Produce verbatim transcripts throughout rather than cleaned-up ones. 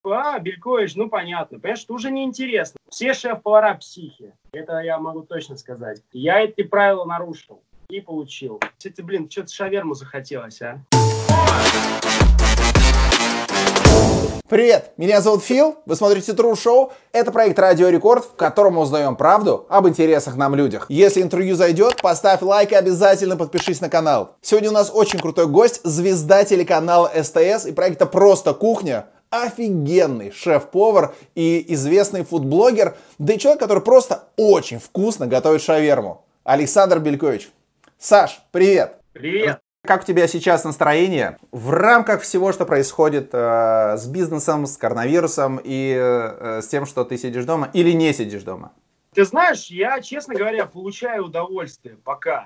А, Белькович, ну понятно. Понимаешь, это уже неинтересно. Все шеф-повара психи. Это я могу точно сказать. Я эти правила нарушил и получил. Кстати, блин, что-то шаверму захотелось, а? Привет, меня зовут Фил, вы смотрите True Show. Это проект Радио Рекорд, в котором мы узнаем правду об интересных нам людях. Если интервью зайдет, поставь лайк и обязательно подпишись на канал. Сегодня у нас очень крутой гость, звезда телеканала СТС и проекта «Просто кухня». Офигенный шеф-повар и известный фудблогер, да и человек, который просто очень вкусно готовит шаверму. Александр Белькович. Саш, привет! Привет! Как у тебя сейчас настроение в рамках всего, что происходит э, с бизнесом, с коронавирусом и э, с тем, что ты сидишь дома или не сидишь дома? Ты знаешь, я, честно говоря, получаю удовольствие пока.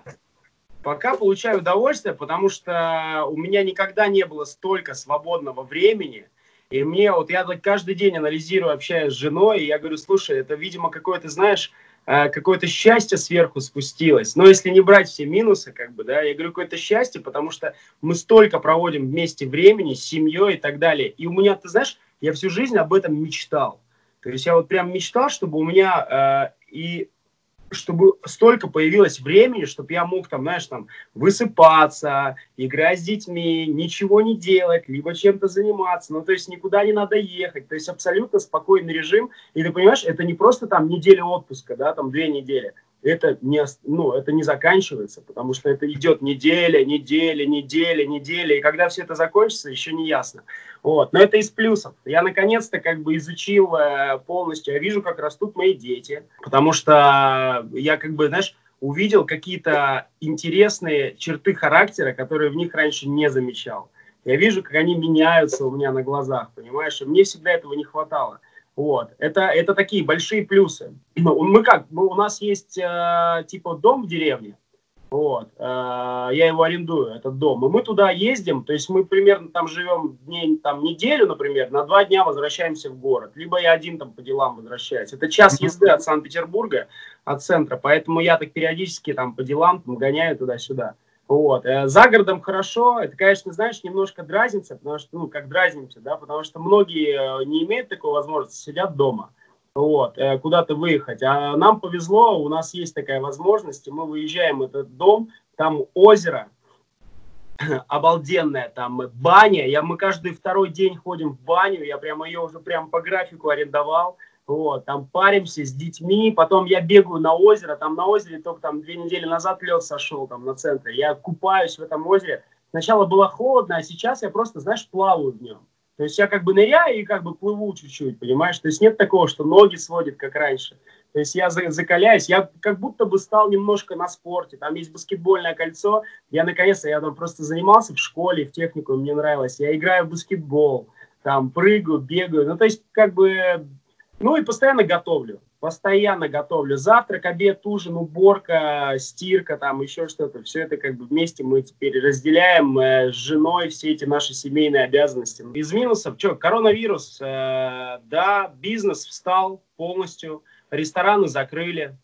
Пока получаю удовольствие, потому что у меня никогда не было столько свободного времени. И мне вот я каждый день анализирую, общаюсь с женой, и я говорю, слушай, это, видимо, какое-то, знаешь, какое-то счастье сверху спустилось. Но если не брать все минусы, как бы, да, я говорю, какое-то счастье, потому что мы столько проводим вместе времени с семьей и так далее. И у меня, ты знаешь, я всю жизнь об этом мечтал. То есть я вот прям мечтал, чтобы у меня э, и чтобы столько появилось времени, чтобы я мог там, знаешь, там высыпаться, играть с детьми, ничего не делать, либо чем-то заниматься. Ну, то есть никуда не надо ехать. То есть абсолютно спокойный режим. И ты понимаешь, это не просто там неделя отпуска, да, там две недели. Это не, ну, это не заканчивается, потому что это идет неделя, неделя, неделя, неделя. И когда все это закончится, еще не ясно. Вот. Но это из плюсов. Я наконец-то как бы изучил э, полностью. Я вижу, как растут мои дети. Потому что я как бы, знаешь, увидел какие-то интересные черты характера, которые в них раньше не замечал. Я вижу, как они меняются у меня на глазах, понимаешь? И мне всегда этого не хватало. Вот. Это, это такие большие плюсы. Мы как? Мы, у нас есть э, типа дом в деревне. Вот. Э, я его арендую, этот дом. И мы туда ездим. То есть мы примерно там живем дней, там, неделю, например. На два дня возвращаемся в город. Либо я один там по делам возвращаюсь. Это час езды от Санкт-Петербурга, от центра. Поэтому я так периодически там по делам там, гоняю туда-сюда. Вот. За городом хорошо, это, конечно, знаешь, немножко дразнится, потому что, ну, как дразнимся, да, потому что многие не имеют такой возможности, сидят дома, вот, куда-то выехать, а нам повезло, у нас есть такая возможность, и мы выезжаем в этот дом, там озеро обалденное, там баня, я, мы каждый второй день ходим в баню, я прямо ее уже прям по графику арендовал. Вот, там паримся с детьми, потом я бегаю на озеро, там на озере только там две недели назад лед сошел там на центре, я купаюсь в этом озере. Сначала было холодно, а сейчас я просто, знаешь, плаваю в нем. То есть я как бы ныряю и как бы плыву чуть-чуть, понимаешь? То есть нет такого, что ноги сводят, как раньше. То есть я закаляюсь, я как будто бы стал немножко на спорте. Там есть баскетбольное кольцо, я наконец-то, я там просто занимался в школе, в технику, мне нравилось. Я играю в баскетбол, там прыгаю, бегаю, ну то есть как бы... Ну и постоянно готовлю, постоянно готовлю. Завтрак, обед, ужин, уборка, стирка, там еще что-то. Все это как бы вместе мы теперь разделяем э, с женой все эти наши семейные обязанности. Из минусов, что, коронавирус, э, да, бизнес встал полностью, рестораны закрыли.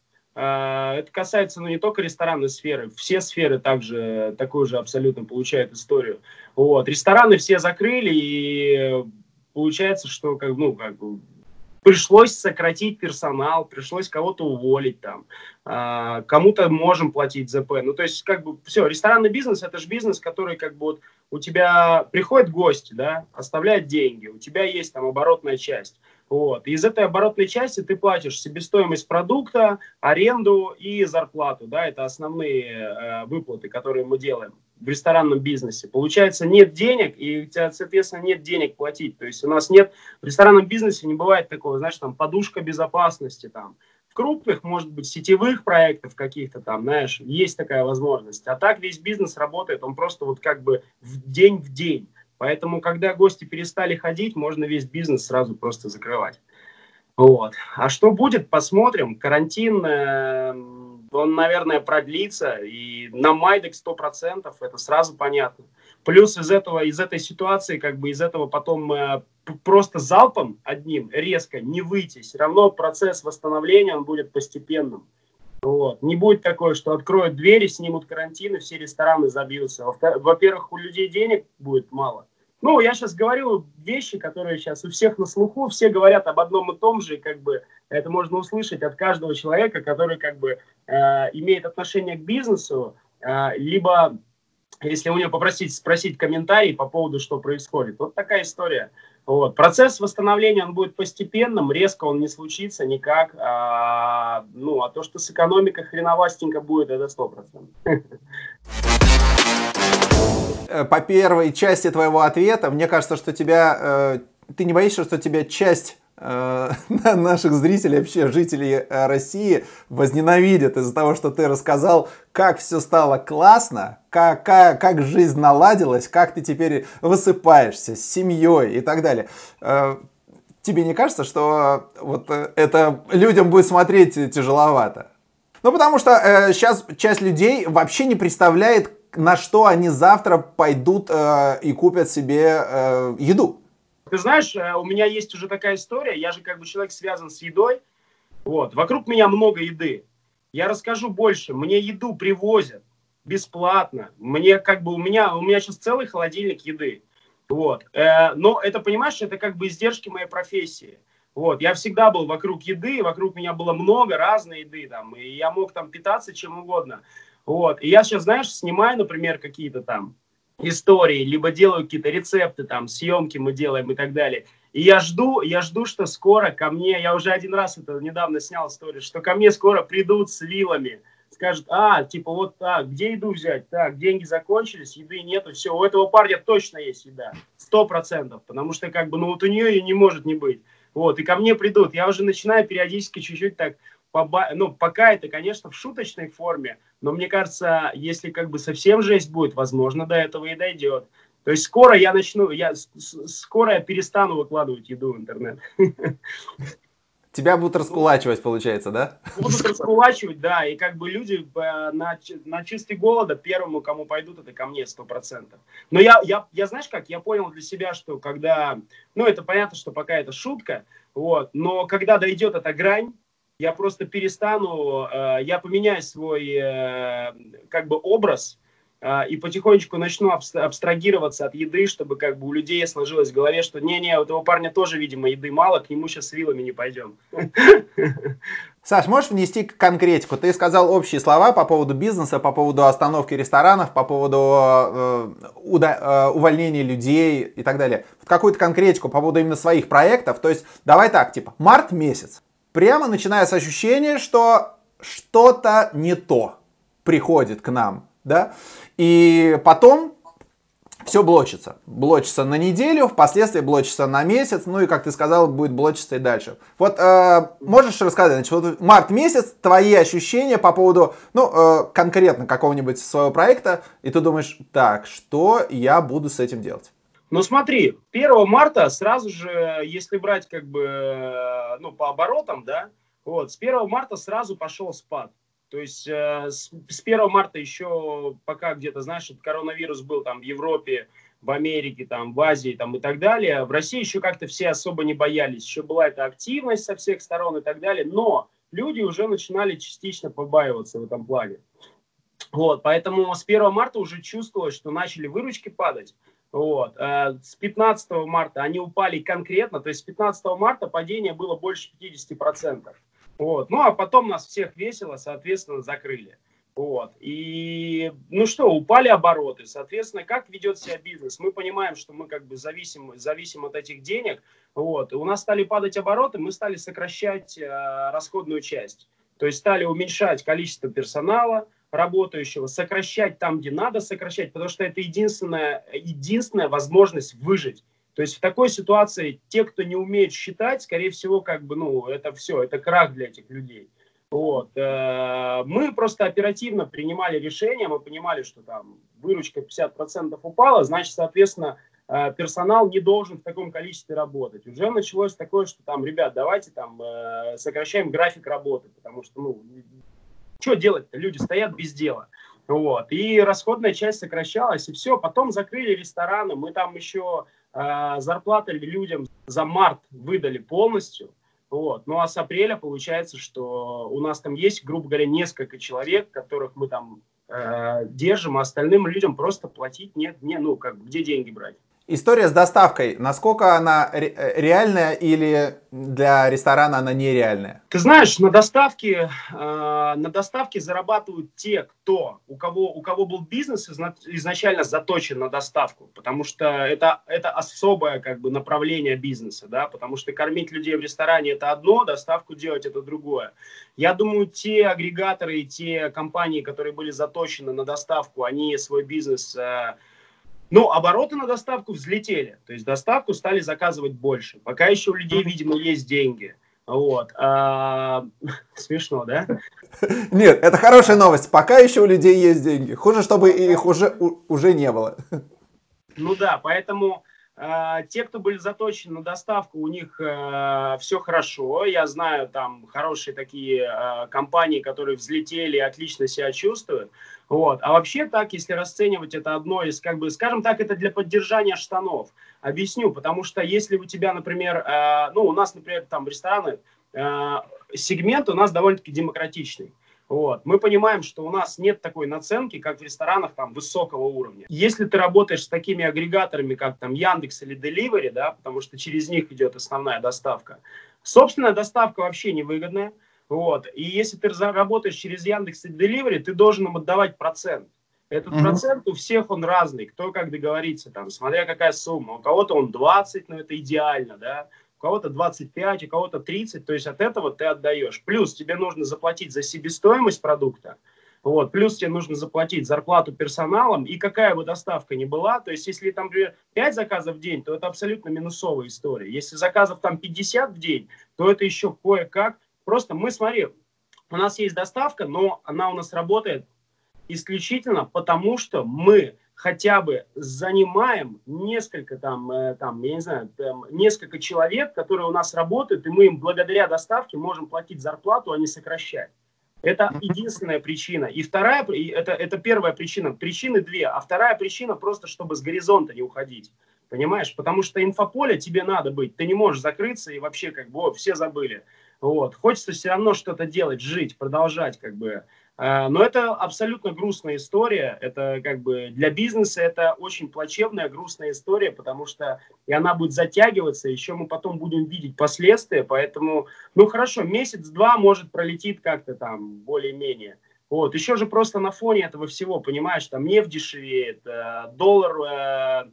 Э, это касается, ну, не только ресторанной сферы, все сферы также, такую же абсолютно получают историю. Вот, рестораны все закрыли, и получается, что, как, ну, как бы, пришлось сократить персонал, пришлось кого-то уволить там, э, кому-то можем платить ЗП. Ну, то есть, как бы, все, ресторанный бизнес – это же бизнес, который, как бы, вот, у тебя приходят гости, да, оставляют деньги, у тебя есть там оборотная часть. Вот. И из этой оборотной части ты платишь себестоимость продукта, аренду и зарплату, да, это основные э, выплаты, которые мы делаем в ресторанном бизнесе. Получается, нет денег, и у тебя, соответственно, нет денег платить. То есть у нас нет, в ресторанном бизнесе не бывает такого, знаешь, там, подушка безопасности, там. В крупных, может быть, сетевых проектах каких-то там, знаешь, есть такая возможность. А так весь бизнес работает, он просто вот как бы в день в день. Поэтому, когда гости перестали ходить, можно весь бизнес сразу просто закрывать. Вот. А что будет, посмотрим. Карантин, э, он, наверное, продлится. И на май сто процентов, это сразу понятно. Плюс из этого, из этой ситуации, как бы из этого потом э, просто залпом одним резко не выйти. Все равно процесс восстановления, он будет постепенным. Вот. Не будет такое, что откроют двери, снимут карантин, и все рестораны забьются. Во-первых, у людей денег будет мало. Ну, я сейчас говорю вещи, которые сейчас у всех на слуху, все говорят об одном и том же, и как бы это можно услышать от каждого человека, который как бы э, имеет отношение к бизнесу, э, либо если у него попросить, спросить комментарий по поводу, что происходит. Вот такая история. Вот. Процесс восстановления, он будет постепенным, резко он не случится никак. А, ну, а то, что с экономикой хреновастенько будет, это сто процентов. По первой части твоего ответа, мне кажется, что тебя, э, ты не боишься, что тебя часть э, наших зрителей, вообще жителей э, России возненавидят из-за того, что ты рассказал, как все стало классно, как, как, как жизнь наладилась, как ты теперь высыпаешься с семьей и так далее. Э, тебе не кажется, что вот это людям будет смотреть тяжеловато? Ну, потому что э, сейчас часть людей вообще не представляет, на что они завтра пойдут э, и купят себе э, еду. Ты знаешь, у меня есть уже такая история, я же как бы человек связан с едой, вот, вокруг меня много еды. Я расскажу больше, мне еду привозят бесплатно, мне как бы, у меня, у меня сейчас целый холодильник еды, вот, э, но это, понимаешь, это как бы издержки моей профессии. Вот, я всегда был вокруг еды, вокруг меня было много разной еды, там, и я мог там питаться чем угодно. Вот, и я сейчас, знаешь, снимаю, например, какие-то там истории, либо делаю какие-то рецепты, там, съемки мы делаем и так далее. И я жду, я жду, что скоро ко мне, я уже один раз это недавно снял историю, что ко мне скоро придут с вилами, скажут, а, типа, вот так, где еду взять? Так, деньги закончились, еды нету, все, у этого парня точно есть еда, сто процентов, потому что, как бы, ну, вот у нее ее не может не быть. Вот, и ко мне придут, я уже начинаю периодически чуть-чуть так, ну, пока это, конечно, в шуточной форме, но мне кажется, если как бы совсем жесть будет, возможно, до этого и дойдет. То есть скоро я начну, я, скоро я перестану выкладывать еду в интернет. Тебя будут раскулачивать, получается, да? Будут раскулачивать, да, и как бы люди на, на чистый голода первому, кому пойдут, это ко мне сто процентов. Но я, я, я, знаешь как, я понял для себя, что когда, ну это понятно, что пока это шутка, вот, но когда дойдет эта грань, я просто перестану, я поменяю свой как бы образ и потихонечку начну абстрагироваться от еды, чтобы как бы у людей сложилось в голове, что не-не, у этого парня тоже, видимо, еды мало, к нему сейчас с вилами не пойдем. Саш, можешь внести конкретику? Ты сказал общие слова по поводу бизнеса, по поводу остановки ресторанов, по поводу э, уда- э, увольнения людей и так далее. Какую-то конкретику по поводу именно своих проектов. То есть давай так, типа, март месяц. Прямо начиная с ощущения, что что-то не то приходит к нам, да, и потом все блочится. Блочится на неделю, впоследствии блочится на месяц, ну и, как ты сказал, будет блочиться и дальше. Вот э, можешь рассказать, значит, вот март месяц, твои ощущения по поводу, ну, э, конкретно какого-нибудь своего проекта, и ты думаешь, так, что я буду с этим делать? Ну смотри, первого марта сразу же, если брать как бы, ну, по оборотам, да, вот, с первого марта сразу пошел спад. То есть э, с, с первого марта еще пока где-то, знаешь, коронавирус был там в Европе, в Америке, там, в Азии там, и так далее, в России еще как-то все особо не боялись. Еще была эта активность со всех сторон и так далее, но люди уже начинали частично побаиваться в этом плане. Вот, поэтому с первого марта уже чувствовалось, что начали выручки падать. Вот. С пятнадцатого марта они упали конкретно, то есть с пятнадцатого марта падение было больше пятьдесят процентов. Вот. Ну, а потом нас всех весело, соответственно, закрыли. Вот. И, ну что, упали обороты. Соответственно, как ведет себя бизнес? Мы понимаем, что мы как бы зависим, зависим от этих денег. Вот. И у нас стали падать обороты, мы стали сокращать э, расходную часть. То есть стали уменьшать количество персонала работающего, сокращать там, где надо сокращать, потому что это единственная, единственная возможность выжить. То есть в такой ситуации те, кто не умеет считать, скорее всего, как бы, ну, это все, это крах для этих людей. Вот. Мы просто оперативно принимали решения, мы понимали, что там выручка пятьдесят процентов упала, значит, соответственно, персонал не должен в таком количестве работать. Уже началось такое, что там, ребят, давайте там сокращаем график работы, потому что, ну, что делать-то? Люди стоят без дела. Вот. И расходная часть сокращалась, и все. Потом закрыли рестораны. Мы там еще э, зарплаты людям за март выдали полностью. Вот. Ну а с апреля получается, что у нас там есть, грубо говоря, несколько человек, которых мы там э, держим, а остальным людям просто платить нет, не, ну как бы, где деньги брать? История с доставкой, насколько она ре- реальная или для ресторана она нереальная? Ты знаешь, на доставке, э, на доставке зарабатывают те, кто, у кого, у кого был бизнес изна- изначально заточен на доставку, потому что это, это особое как бы направление бизнеса, да, потому что кормить людей в ресторане это одно, доставку делать это другое. Я думаю, те агрегаторы и те компании, которые были заточены на доставку, они свой бизнес... Э, Ну, обороты на доставку взлетели, то есть доставку стали заказывать больше. Пока еще у людей, видимо, есть деньги. Вот. А, смешно, да? Нет, это хорошая новость. Пока еще у людей есть деньги. Хуже, чтобы их уже, у- уже не было. Ну да, поэтому э, те, кто были заточены на доставку, у них э, все хорошо. Я знаю там хорошие такие э, компании, которые взлетели и отлично себя чувствуют. Вот. А вообще так, если расценивать это одно из, как бы, скажем так, это для поддержания штанов. Объясню, потому что если у тебя, например, э, ну у нас, например, там рестораны, э, сегмент у нас довольно-таки демократичный. Вот. Мы понимаем, что у нас нет такой наценки, как в ресторанах там, высокого уровня. Если ты работаешь с такими агрегаторами, как там Яндекс или Delivery, да, потому что через них идет основная доставка, собственная доставка вообще невыгодная. Вот. И если ты работаешь через Яндекс и Delivery, ты должен им отдавать процент. Этот Мгм. процент у всех он разный, кто как договорится, там, смотря какая сумма. У кого-то он двадцать, но это идеально, да, у кого-то двадцать пять, у кого-то тридцать, то есть от этого ты отдаешь. Плюс тебе нужно заплатить за себестоимость продукта, вот, плюс тебе нужно заплатить зарплату персоналом, и какая бы доставка ни была, то есть если там, например, пять заказов в день, то это абсолютно минусовая история. Если заказов там пятьдесят в день, то это еще кое-как. Просто мы, смотри, у нас есть доставка, но она у нас работает исключительно потому, что мы хотя бы занимаем несколько там, э, там, я не знаю, там, несколько человек, которые у нас работают, и мы им благодаря доставке можем платить зарплату, а не сокращать. Это единственная причина. И вторая, это, это первая причина. Причины две. А вторая причина просто, чтобы с горизонта не уходить. Понимаешь? Потому что инфополе тебе надо быть. Ты не можешь закрыться и вообще как бы о, все забыли. Вот. Хочется все равно что-то делать, жить, продолжать как бы. Но это абсолютно грустная история. Это как бы для бизнеса это очень плачевная, грустная история, потому что и она будет затягиваться, еще мы потом будем видеть последствия. Поэтому, ну хорошо, месяц-два, может, пролетит как-то там более-менее. Вот. Еще же просто на фоне этого всего, понимаешь, там нефть дешевеет, доллар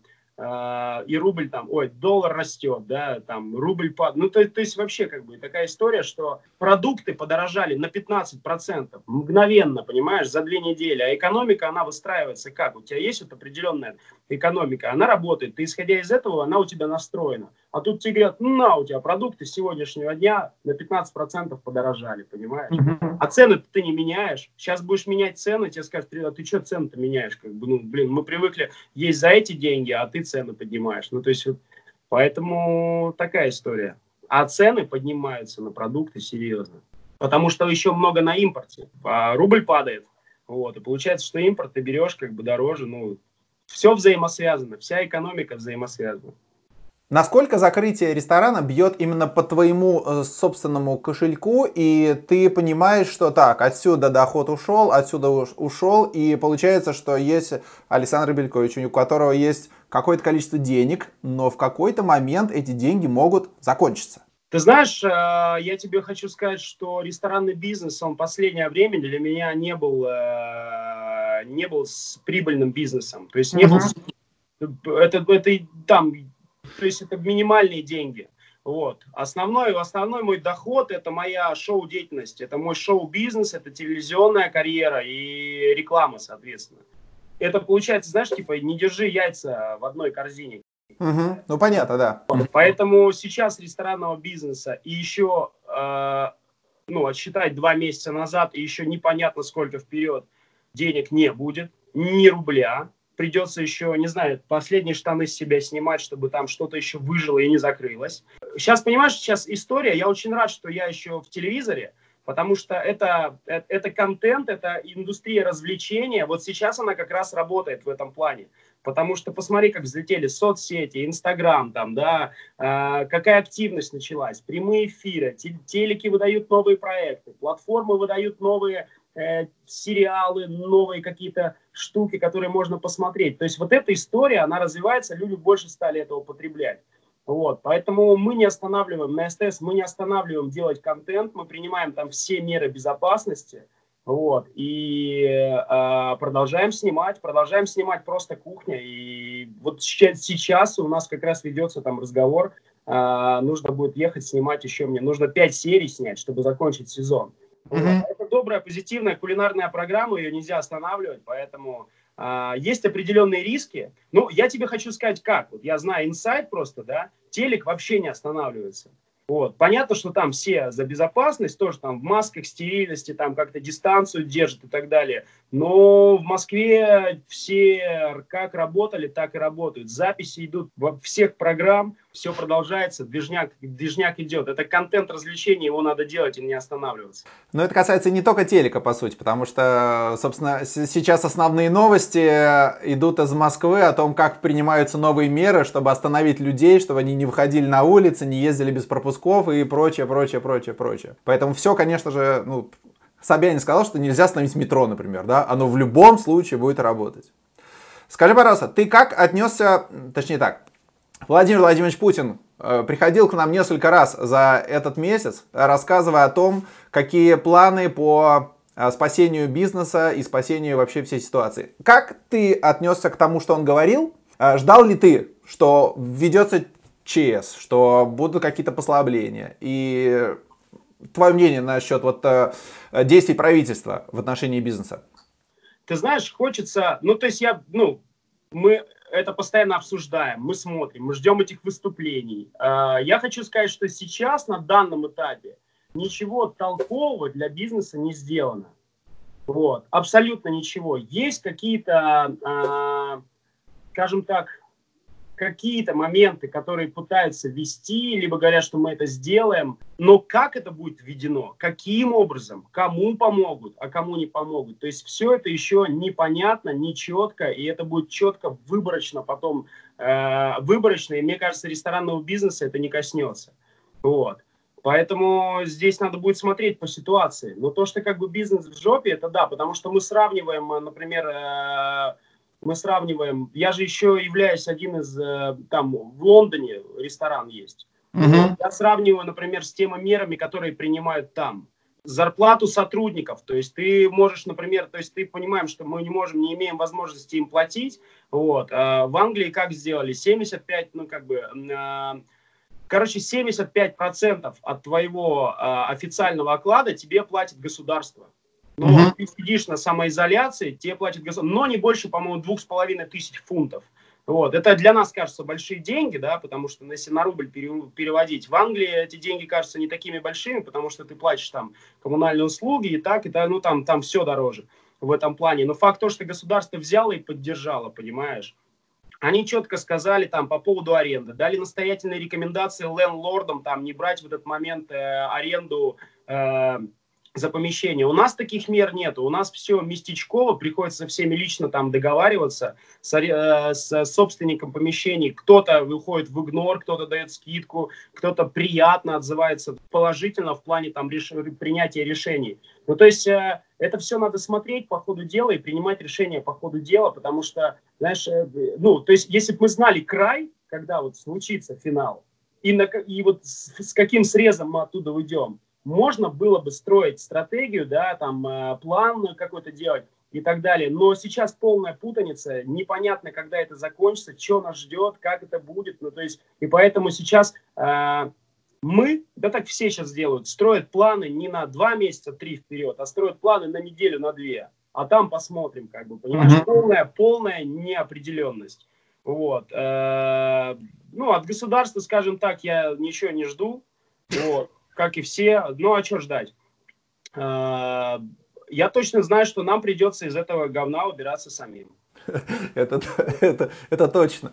и рубль там, ой, доллар растет, да, там рубль падает. Ну, то, то есть вообще как бы такая история, что продукты подорожали на пятнадцать процентов мгновенно, понимаешь, за две недели, а экономика, она выстраивается как? У тебя есть вот определенная экономика, она работает, ты исходя из этого, она у тебя настроена. А тут тебе говорят, ну на, у тебя продукты с сегодняшнего дня на пятнадцать процентов подорожали, понимаешь? А цены ты не меняешь. Сейчас будешь менять цены, тебе скажут, а ты что цены-то меняешь? Как бы, ну, блин, мы привыкли есть за эти деньги, а ты цены поднимаешь. Ну, то есть, вот, поэтому такая история. А цены поднимаются на продукты серьезно. Потому что еще много на импорте. А рубль падает. Вот, и получается, что импорт ты берешь как бы дороже. Ну, все взаимосвязано, вся экономика взаимосвязана. Насколько закрытие ресторана бьет именно по твоему э, собственному кошельку, и ты понимаешь, что так, отсюда доход ушел, отсюда уш- ушел, и получается, что есть Александр Белькович, у которого есть какое-то количество денег, но в какой-то момент эти деньги могут закончиться. Ты знаешь, я тебе хочу сказать, что ресторанный бизнес, он в последнее время для меня не был, не был с прибыльным бизнесом. То есть не был, это, это там, то есть это минимальные деньги. Вот. Основной, основной мой доход – это моя шоу-деятельность, это мой шоу-бизнес, это телевизионная карьера и реклама, соответственно. Это получается, знаешь, типа не держи яйца в одной корзине. Угу. Ну, понятно, да. Поэтому сейчас ресторанного бизнеса и еще, э, ну, отсчитать два месяца назад и еще непонятно сколько вперед денег не будет, ни рубля. Придется еще, не знаю, последние штаны с себя снимать, чтобы там что-то еще выжило и не закрылось. Сейчас, понимаешь, сейчас история, я очень рад, что я еще в телевизоре, потому что это, это, это контент, это индустрия развлечения. Вот сейчас она как раз работает в этом плане. Потому что посмотри, как взлетели соцсети, Инстаграм, там, да, э, какая активность началась, прямые эфиры, телеки выдают новые проекты, платформы выдают новые э, сериалы, новые какие-то штуки, которые можно посмотреть. То есть вот эта история, она развивается, люди больше стали этого потреблять. Вот, поэтому мы не останавливаем, на СТС мы не останавливаем делать контент, мы принимаем там все меры безопасности, вот, и э, продолжаем снимать, продолжаем снимать просто кухня, и вот сейчас у нас как раз ведется там разговор, э, нужно будет ехать снимать еще мне, нужно пять серий снять, чтобы закончить сезон. Mm-hmm. Вот. Это добрая, позитивная кулинарная программа, ее нельзя останавливать, поэтому... Uh, есть определенные риски. Ну, я тебе хочу сказать, как. Вот я знаю инсайт просто, да, телек вообще не останавливается. Вот. Понятно, что там все за безопасность, тоже там в масках, стерильности, там как-то дистанцию держат и так далее. Но в Москве все как работали, так и работают. Записи идут во всех программ, все продолжается, движняк, движняк идет. Это контент развлечений, его надо делать и не останавливаться. Но это касается не только телека, по сути, потому что, собственно, сейчас основные новости идут из Москвы о том, как принимаются новые меры, чтобы остановить людей, чтобы они не выходили на улицы, не ездили без пропусков и прочее, прочее, прочее, прочее. Поэтому все, конечно же, ну, Собянин сказал, что нельзя остановить метро, например, да, оно в любом случае будет работать. Скажи, пожалуйста, ты как отнесся, точнее так, Владимир Владимирович Путин э, приходил к нам несколько раз за этот месяц, рассказывая о том, какие планы по э, спасению бизнеса и спасению вообще всей ситуации. Как ты отнесся к тому, что он говорил? Э, ждал ли ты, что введется ЧС, что будут какие-то послабления? И твое мнение насчет вот, э, действий правительства в отношении бизнеса? Ты знаешь, хочется, ну то есть я, ну, мы это постоянно обсуждаем, мы смотрим, мы ждем этих выступлений. Я хочу сказать, что сейчас на данном этапе ничего толкового для бизнеса не сделано. Вот, абсолютно ничего. Есть какие-то, скажем так, какие-то моменты, которые пытаются ввести, либо говорят, что мы это сделаем, но как это будет введено, каким образом, кому помогут, а кому не помогут. То есть все это еще непонятно, не четко, и это будет четко, выборочно потом, э, выборочно, и мне кажется, ресторанного бизнеса это не коснется. Вот. Поэтому здесь надо будет смотреть по ситуации. Но то, что как бы бизнес в жопе, это да, потому что мы сравниваем, например, э, мы сравниваем, я же еще являюсь один из, там, в Лондоне ресторан есть. Uh-huh. Я сравниваю, например, с теми мерами, которые принимают там. Зарплату сотрудников, то есть ты можешь, например, то есть ты понимаем, что мы не можем, не имеем возможности им платить. Вот. А в Англии как сделали? семьдесят пять, ну как бы, короче, семьдесят пять процентов от твоего официального оклада тебе платит государство. Но uh-huh. ты сидишь на самоизоляции, тебе платят государство, но не больше, по-моему, двух с половиной тысяч фунтов. Вот. Это для нас кажется большие деньги, да, потому что если на рубль переводить, в Англии эти деньги кажутся не такими большими, потому что ты платишь там коммунальные услуги и так, и так, ну там, там все дороже в этом плане. Но факт то, что государство взяло и поддержало, понимаешь. Они четко сказали там по поводу аренды, дали настоятельные рекомендации лендлордам там не брать в этот момент э, аренду э, за помещение. У нас таких мер нет. У нас все местечково, приходится всеми лично там договариваться с, э, с собственником помещений. Кто-то выходит в игнор, кто-то дает скидку, кто-то приятно отзывается положительно в плане там реш... принятия решений. Ну, то есть э, это все надо смотреть по ходу дела и принимать решения по ходу дела, потому что, знаешь, э, ну, то есть если бы мы знали край, когда вот случится финал, и, на, и вот с, с каким срезом мы оттуда уйдем, можно было бы строить стратегию, да, там, э, план какой-то делать и так далее. Но сейчас полная путаница, непонятно, когда это закончится, что нас ждет, как это будет. Ну, то есть, и поэтому сейчас э, мы, да так все сейчас делают, строят планы не на два месяца, три вперед, а строят планы на неделю, на две. А там посмотрим, как бы, понимаешь, mm-hmm. полная, полная неопределенность. Вот. Э, ну, от государства, скажем так, я ничего не жду. Вот. Как и все. Ну, а что ждать? Я точно знаю, что нам придется из этого говна убираться самим. Это, это, это точно.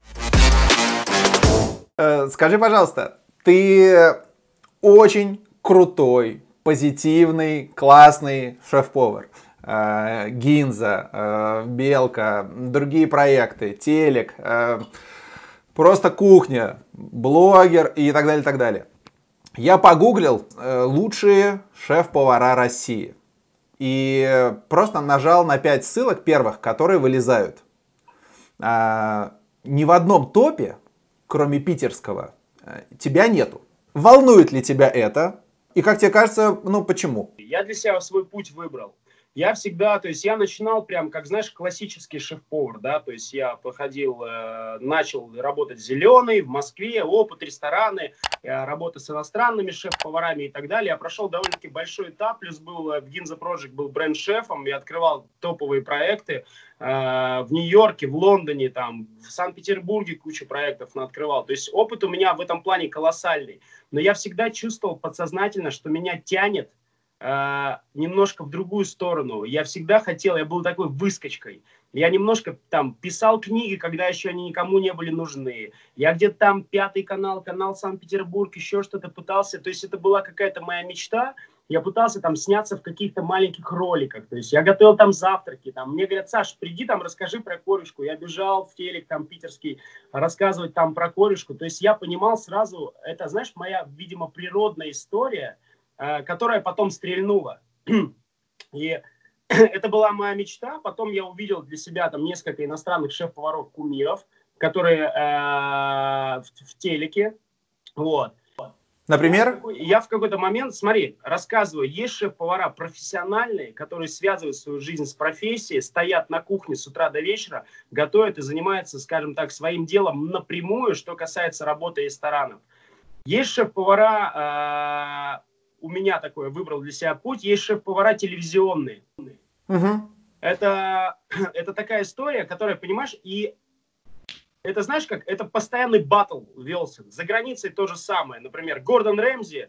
Скажи, пожалуйста, ты очень крутой, позитивный, классный шеф-повар. Гинза, Белка, другие проекты, телек, просто кухня, блогер и так далее, и так далее. Я погуглил э, лучшие шеф-повара России. и просто нажал на пять ссылок первых, которые вылезают. А, ни в одном топе, кроме питерского, тебя нету. Волнует ли тебя это? И как тебе кажется, ну почему? Я для себя свой путь выбрал. Я всегда, то есть я начинал прям, как, знаешь, классический шеф-повар, да, то есть я походил, э, начал работать зеленый в Москве, опыт, рестораны, э, работа с иностранными шеф-поварами и так далее. Я прошел довольно-таки большой этап, плюс был в Ginza Project, был бренд-шефом, я открывал топовые проекты э, в Нью-Йорке, в Лондоне, там, в Санкт-Петербурге кучу проектов открывал. То есть опыт у меня в этом плане колоссальный. Но я всегда чувствовал подсознательно, что меня тянет немножко в другую сторону. Я всегда хотел, я был такой выскочкой. Я немножко там писал книги, когда еще они никому не были нужны. Я где-то там Пятый канал, канал Санкт-Петербург, еще что-то пытался. То есть это была какая-то моя мечта. Я пытался там сняться в каких-то маленьких роликах. То есть я готовил там завтраки. Там. Мне говорят: Саш, приди там, расскажи про корюшку. Я бежал в телек там питерский рассказывать там про корюшку. То есть я понимал сразу, это, знаешь, моя, видимо, природная история, которая потом стрельнула. И это была моя мечта. Потом я увидел для себя там несколько иностранных шеф-поваров-кумиров, которые э, в, в телеке. Вот. Например? Я в какой-то момент, смотри, рассказываю, есть шеф-повара профессиональные, которые связывают свою жизнь с профессией, стоят на кухне с утра до вечера, готовят и занимаются, скажем так, своим делом напрямую, что касается работы ресторанов. Есть шеф-повара... Э, у меня такое, выбрал для себя путь. Есть шеф-повара телевизионные. Угу. Это, это такая история, которая, понимаешь, и это, знаешь, как, это постоянный баттл велся. За границей то же самое. Например, Гордон Рэмзи,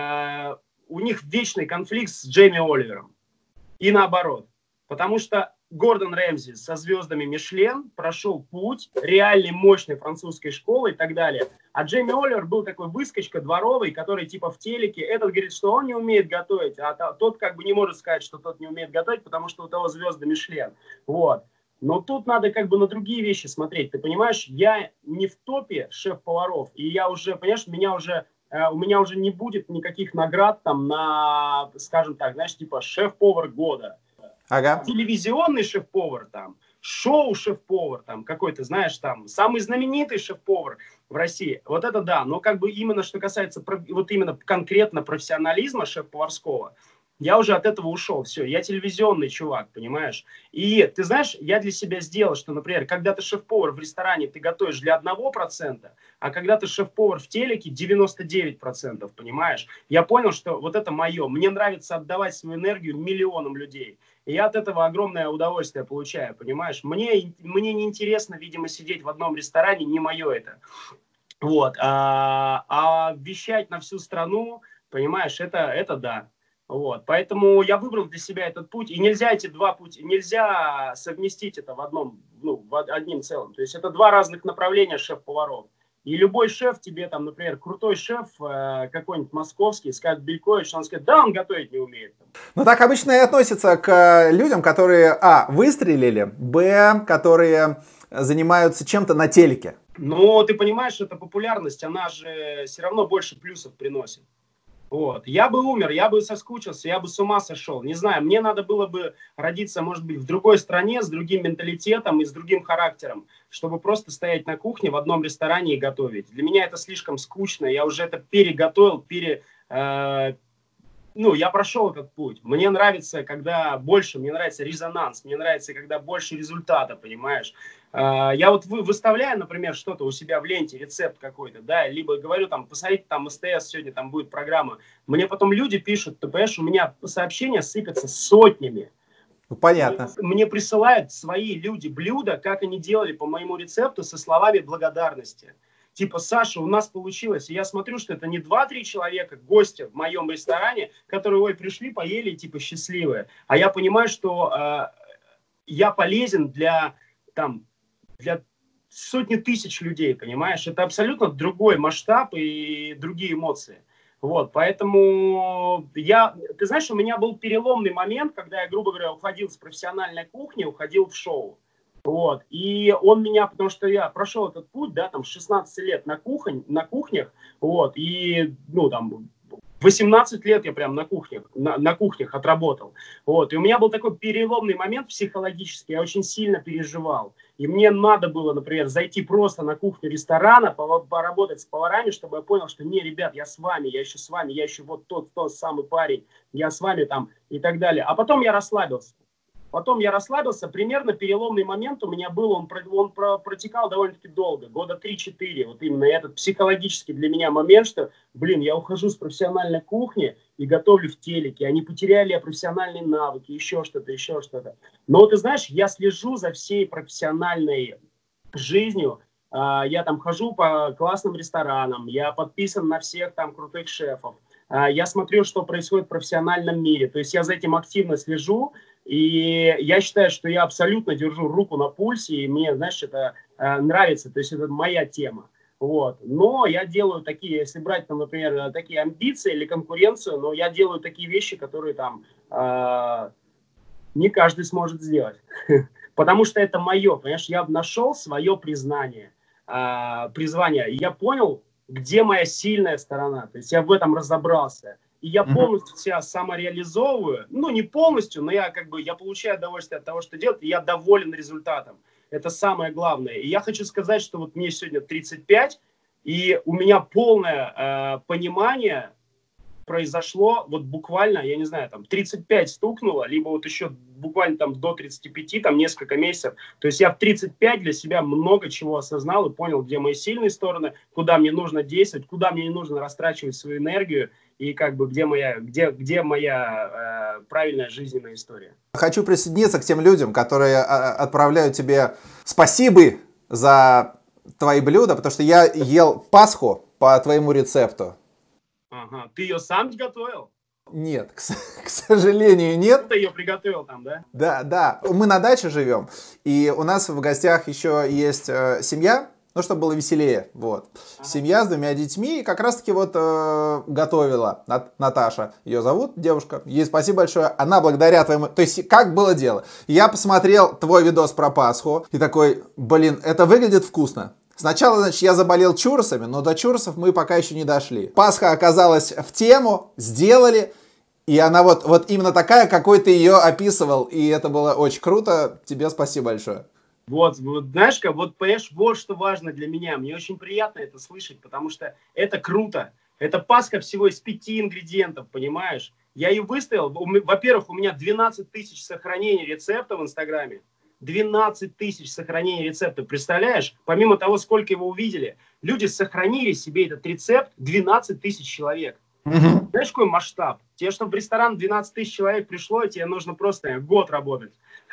э, у них вечный конфликт с Джейми Оливером. И наоборот. Потому что Гордон Рэмзи со звездами Мишлен прошел путь реальной мощной французской школы и так далее. А Джейми Оливер был такой выскочка дворовый, который типа в телеке. Этот говорит, что он не умеет готовить, а тот как бы не может сказать, что тот не умеет готовить, потому что у того звезды Мишлен. Вот. Но тут надо как бы на другие вещи смотреть. Ты понимаешь, я не в топе шеф-поваров, и я уже, понимаешь, меня уже... у меня уже не будет никаких наград там на, скажем так, знаешь, типа шеф-повар года. Ага. Телевизионный шеф-повар там, шоу шеф-повар там, какой-то, знаешь, там, самый знаменитый шеф-повар в России. Вот это да, но как бы именно что касается вот именно конкретно профессионализма шеф-поварского, я уже от этого ушел. Все, я телевизионный чувак, понимаешь? И ты знаешь, я для себя сделал, что, например, когда ты шеф-повар в ресторане, ты готовишь для одного процента, а когда ты шеф-повар в телеке, девяносто девять процентов, понимаешь? Я понял, что вот это мое. Мне нравится отдавать свою энергию миллионам людей. И я от этого огромное удовольствие получаю, понимаешь? Мне, мне неинтересно, видимо, сидеть в одном ресторане, не мое это. Вот. А, а вещать на всю страну, понимаешь, это, это да. Вот. Поэтому я выбрал для себя этот путь. И нельзя эти два пути, нельзя совместить это в одном, ну, в одним целым. То есть это два разных направления шеф-поваров. И любой шеф тебе, там, например, крутой шеф, э, какой-нибудь московский, скажет Белькович, он скажет, да, он готовить не умеет. Ну, так обычно и относятся к людям, которые, а, выстрелили, б, которые занимаются чем-то на телеке. Ну, ты понимаешь, эта популярность, она же все равно больше плюсов приносит. Вот. Я бы умер, я бы соскучился, я бы с ума сошел. Не знаю, мне надо было бы родиться, может быть, в другой стране, с другим менталитетом и с другим характером, чтобы просто стоять на кухне в одном ресторане и готовить. Для меня это слишком скучно, я уже это переготовил, пере... Э, ну, я прошел этот путь. Мне нравится, когда больше, мне нравится резонанс, мне нравится, когда больше результата, понимаешь. Я вот выставляю, например, что-то у себя в ленте, рецепт какой-то, да, либо говорю там, посмотрите, там СТС сегодня там будет программа. Мне потом люди пишут, ты понимаешь, у меня сообщения сыпятся сотнями. Ну, понятно. Мне присылают свои люди блюда, как они делали по моему рецепту со словами благодарности. Типа, Саша, у нас получилось. И я смотрю, что это не два-три человека, гостя в моем ресторане, которые, ой, пришли, поели, типа, счастливые. А я понимаю, что э, я полезен для, там, для сотни тысяч людей, понимаешь? Это абсолютно другой масштаб и другие эмоции. Вот, поэтому я, ты знаешь, у меня был переломный момент, когда я, грубо говоря, уходил с профессиональной кухни, уходил в шоу. Вот. И он меня, потому что я прошел этот путь, да, там, с шестнадцати лет на, кухонь, на кухнях, вот, и, ну, там, восемнадцать лет я прям на кухнях, на, на кухнях отработал. Вот. И у меня был такой переломный момент психологический, я очень сильно переживал. И мне надо было, например, зайти просто на кухню ресторана, поработать с поварами, чтобы я понял, что не, ребят, я с вами, я еще с вами, я еще вот тот, тот самый парень, я с вами там и так далее. А потом я расслабился. Потом я расслабился, примерно переломный момент у меня был, он, он протекал довольно-таки долго, года три-четыре, вот именно этот психологический для меня момент, что, блин, я ухожу с профессиональной кухни и готовлю в телеке, они потеряли профессиональные навыки, еще что-то, еще что-то. Но вот ты знаешь, я слежу за всей профессиональной жизнью, я там хожу по классным ресторанам, я подписан на всех там крутых шефов, я смотрю, что происходит в профессиональном мире, то есть я за этим активно слежу. И я считаю, что я абсолютно держу руку на пульсе, и мне, знаешь, это э, нравится, то есть это моя тема. Вот. Но я делаю такие, если брать, там, например, такие амбиции или конкуренцию, но я делаю такие вещи, которые там э, не каждый сможет сделать. Потому что это мое, понимаешь, я нашел свое признание, э, призвание. Я понял, где моя сильная сторона, то есть я в этом разобрался. И я полностью себя самореализовываю, ну не полностью, но я как бы, я получаю удовольствие от того, что делаю, и я доволен результатом. Это самое главное. И я хочу сказать, что вот мне сегодня тридцать пять, и у меня полное э, понимание произошло вот буквально, я не знаю, там тридцать пять стукнуло, либо вот еще буквально там до тридцати пяти, там несколько месяцев. То есть я в тридцать пять для себя много чего осознал и понял, где мои сильные стороны, куда мне нужно действовать, куда мне не нужно растрачивать свою энергию и как бы где моя, где, где моя э, правильная жизненная история. Хочу присоединиться к тем людям, которые отправляют тебе спасибо за твои блюда, потому что я ел Пасху по твоему рецепту. Ага. Ты ее сам готовил? Нет, к, к сожалению, нет. Ты ее приготовил там, да? Да, да. Мы на даче живем, и у нас в гостях еще есть э, семья, ну, чтобы было веселее, вот. Ага. Семья с двумя детьми, и как раз-таки вот э, готовила Нат- Наташа, ее зовут, девушка. Ей спасибо большое, она благодаря твоему... То есть, как было дело? Я посмотрел твой видос про Пасху, и такой, блин, это выглядит вкусно. Сначала, значит, я заболел чурросами, но до чурросов мы пока еще не дошли. Пасха оказалась в тему, сделали, и она вот, вот именно такая, какой ты ее описывал, и это было очень круто. Тебе спасибо большое. Вот, вот знаешь, как, вот, понимаешь, вот что важно для меня. Мне очень приятно это слышать, потому что это круто. Это Пасха всего из пяти ингредиентов, понимаешь? Я ее выставил. Во-первых, у меня двенадцать тысяч сохранений рецепта в Инстаграме. двенадцать тысяч сохранений рецепта, представляешь? Помимо того, сколько его увидели, люди сохранили себе этот рецепт, двенадцать тысяч человек. Угу. Знаешь, какой масштаб? Тебе, чтобы в ресторан двенадцать тысяч человек пришло, тебе нужно просто год работать.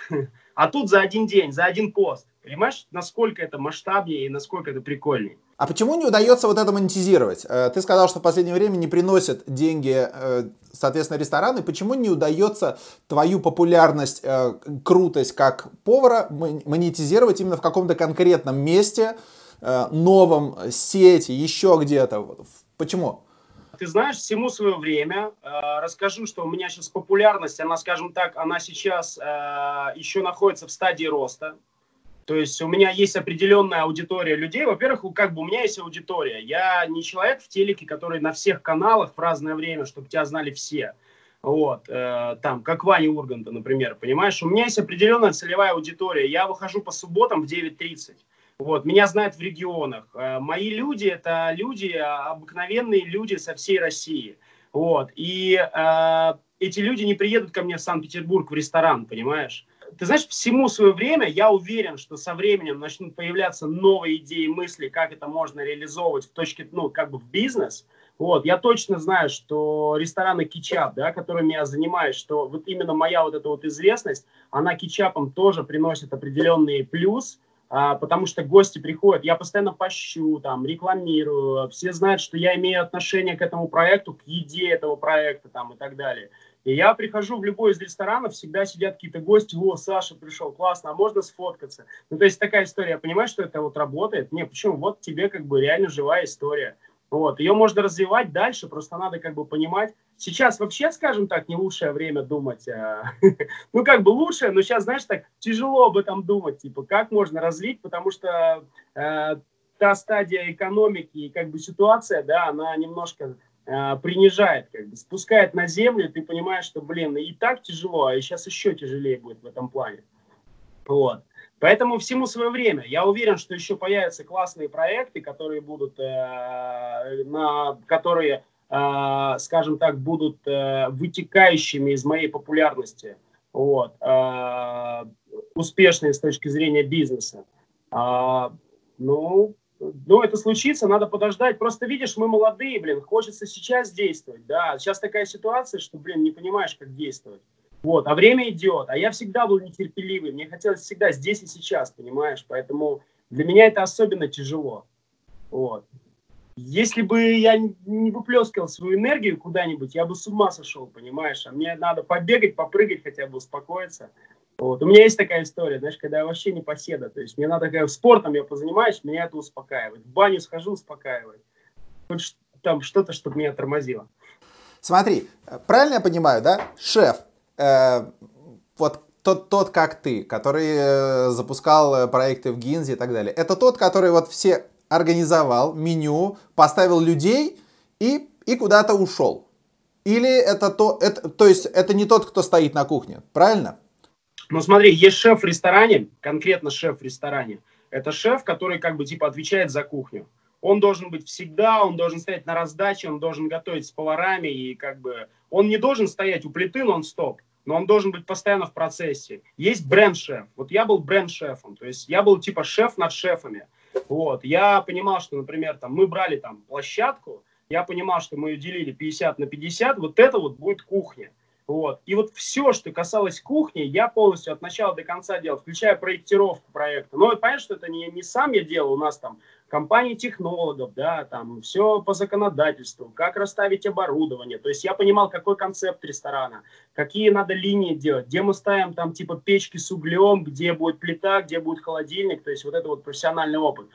А тут за один день, за один пост. Понимаешь, насколько это масштабнее и насколько это прикольнее. А почему не удается вот это монетизировать? Ты сказал, что в последнее время не приносят деньги, соответственно, рестораны. Почему не удается твою популярность, крутость как повара монетизировать именно в каком-то конкретном месте, новом, сети, еще где-то? Почему? Ты знаешь, всему свое время. Э, расскажу, что у меня сейчас популярность, она, скажем так, она сейчас э, еще находится в стадии роста. То есть у меня есть определенная аудитория людей. Во-первых, как бы у меня есть аудитория. Я не человек в телеке, который на всех каналах в разное время, чтобы тебя знали все. Вот, э, там, как Ваня Урганта, например, понимаешь? У меня есть определенная целевая аудитория. Я выхожу по субботам в девять тридцать. Вот, меня знают в регионах. Мои люди – это люди, обыкновенные люди со всей России. Вот, и э, эти люди не приедут ко мне в Санкт-Петербург в ресторан, понимаешь? Ты знаешь, всему свое время, я уверен, что со временем начнут появляться новые идеи, мысли, как это можно реализовывать в точке, ну, как бы в бизнес. Вот, я точно знаю, что рестораны кетчап, да, которыми я занимаюсь, что вот именно моя вот эта вот известность, она кетчапом тоже приносит определенный плюс. А, потому что гости приходят, я постоянно пощу, там, рекламирую, все знают, что я имею отношение к этому проекту, к еде этого проекта там, и так далее. И я прихожу в любой из ресторанов, всегда сидят какие-то гости, о, Саша пришел, классно, а можно сфоткаться? Ну, то есть такая история, я понимаю, что это вот работает? Не, почему? Вот тебе как бы реально живая история. Вот, ее можно развивать дальше, просто надо как бы понимать. Сейчас вообще, скажем так, не лучшее время думать. А, ну, как бы лучшее, но сейчас, знаешь, так тяжело об этом думать. Типа, как можно развить, потому что э, та стадия экономики и как бы ситуация, да, она немножко э, принижает как спускает на землю, и ты понимаешь, что, блин, и так тяжело, а сейчас еще тяжелее будет в этом плане. Вот. Поэтому всему свое время. Я уверен, что еще появятся классные проекты, которые будут, э, на, которые, э, скажем так, будут э, вытекающими из моей популярности, вот, э, успешные с точки зрения бизнеса. А, ну, ну, это случится, надо подождать. Просто видишь, мы молодые, блин, хочется сейчас действовать, да. Сейчас такая ситуация, что, блин, не понимаешь, как действовать. Вот, а время идет, а я всегда был нетерпеливый, мне хотелось всегда здесь и сейчас, понимаешь, поэтому для меня это особенно тяжело, вот. Если бы я не выплескивал свою энергию куда-нибудь, я бы с ума сошел, понимаешь, а мне надо побегать, попрыгать, хотя бы успокоиться, вот. У меня есть такая история, знаешь, когда я вообще не поседа, то есть мне надо, как спортом я позанимаюсь, меня это успокаивает, в баню схожу, успокаивает, хоть там что-то, чтобы меня тормозило. Смотри, правильно я понимаю, да, шеф, Э, вот тот, тот, как ты, который э, запускал проекты в Гинзе и так далее, это тот, который вот все организовал, меню, поставил людей и, и куда-то ушел? Или это то, это, то есть это не тот, кто стоит на кухне, правильно? Ну смотри, есть шеф в ресторане, конкретно шеф в ресторане. Это шеф, который как бы типа отвечает за кухню. Он должен быть всегда, он должен стоять на раздаче, он должен готовить с поварами и как бы... Он не должен стоять у плиты нон-стоп, но он должен быть постоянно в процессе. Есть бренд-шеф. Вот я был бренд-шефом, то есть я был типа шеф над шефами. Вот. Я понимал, что, например, там, мы брали там площадку, я понимал, что мы ее делили пятьдесят на пятьдесят, вот это вот будет кухня. Вот. И вот все, что касалось кухни, я полностью от начала до конца делал, включая проектировку проекта. Но понятно, что это не, не сам я делал, у нас там компании технологов, да, там все по законодательству, как расставить оборудование. То есть я понимал, какой концепт ресторана, какие надо линии делать, где мы ставим там типа печки с углем, где будет плита, где будет холодильник. То есть вот это вот профессиональный опыт.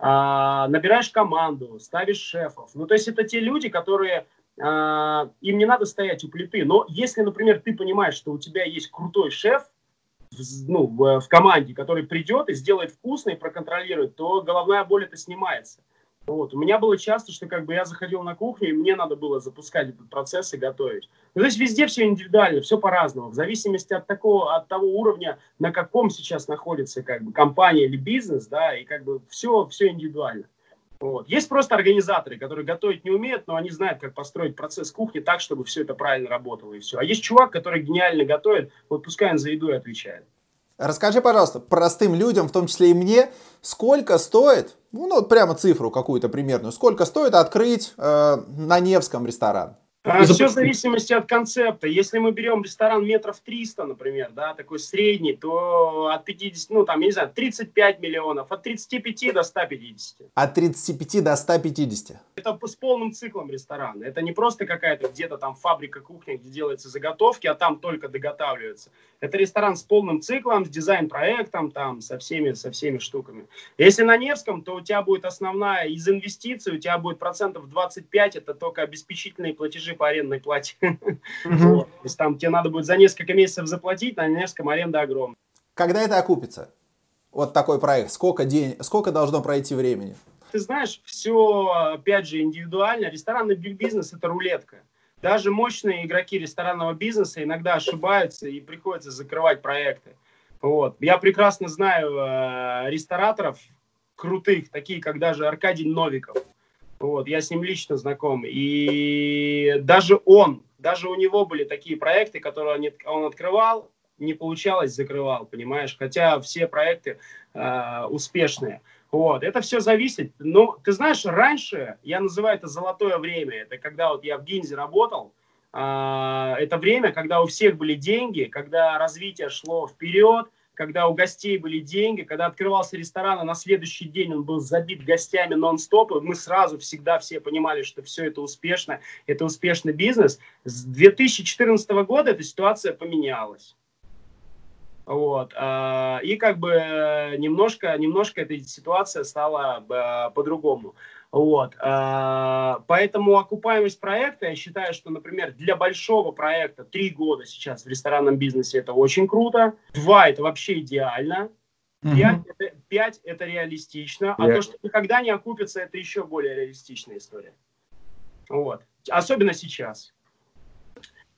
А, набираешь команду, ставишь шефов. Ну, то есть это те люди, которые... Uh, им не надо стоять у плиты. Но если, например, ты понимаешь, что у тебя есть крутой шеф, ну, в, в команде, который придет и сделает вкусно и проконтролирует, то головная боль это снимается. Вот. У меня было часто, что как бы я заходил на кухню, и мне надо было запускать этот процесс и готовить. Ну, то есть везде все индивидуально, все по-разному, в зависимости от такого, от того уровня, на каком сейчас находится как бы компания или бизнес, да, и как бы все, все индивидуально. Вот. Есть просто организаторы, которые готовить не умеют, но они знают, как построить процесс кухни так, чтобы все это правильно работало и все. А есть чувак, который гениально готовит, вот пускай он за еду и отвечает. Расскажи, пожалуйста, простым людям, в том числе и мне, сколько стоит, ну, ну прямо цифру какую-то примерную, сколько стоит открыть э, на Невском ресторан? А, все в зависимости от концепта. Если мы берем ресторан метров триста, например, да, такой средний, то от пятидесяти, ну там, я не знаю, тридцать пять миллионов, от тридцати пяти до ста пятидесяти. От тридцати пяти до ста пятидесяти. Это с полным циклом ресторана. Это не просто какая-то где-то там фабрика кухни, где делаются заготовки, а там только доготавливаются. Это ресторан с полным циклом, с дизайн-проектом, там, со всеми, со всеми штуками. Если на Невском, то у тебя будет основная из инвестиций, у тебя будет процентов двадцать пять, это только обеспечительные платежи по арендной плате. То есть там тебе надо будет за несколько месяцев заплатить, на Невском аренда огромная. Когда это окупится? Вот такой проект. Сколько день, сколько должно пройти времени? Ты знаешь, все, опять же, индивидуально. Ресторанный бизнес – это рулетка. Даже мощные игроки ресторанного бизнеса иногда ошибаются и приходится закрывать проекты. Вот. Я прекрасно знаю э, рестораторов крутых, такие как даже Аркадий Новиков. Вот. Я с ним лично знаком. И даже он, даже у него были такие проекты, которые он открывал, не получалось, закрывал, понимаешь? Хотя все проекты э, успешные. Вот, это все зависит. Но, ты знаешь, раньше, я называю это золотое время, это когда вот я в Гинзе работал, э, это время, когда у всех были деньги, когда развитие шло вперед, когда у гостей были деньги, когда открывался ресторан, а на следующий день он был забит гостями нон-стоп, и мы сразу всегда все понимали, что все это успешно, это успешный бизнес. С две тысячи четырнадцатого года эта ситуация поменялась. Вот. И как бы немножко, немножко эта ситуация стала по-другому. Вот. Поэтому окупаемость проекта, я считаю, что, например, для большого проекта три года сейчас в ресторанном бизнесе это очень круто. Два это вообще идеально. Пять, угу. это, пять это реалистично. А yeah. то, что никогда не окупится, это еще более реалистичная история. Вот. Особенно сейчас.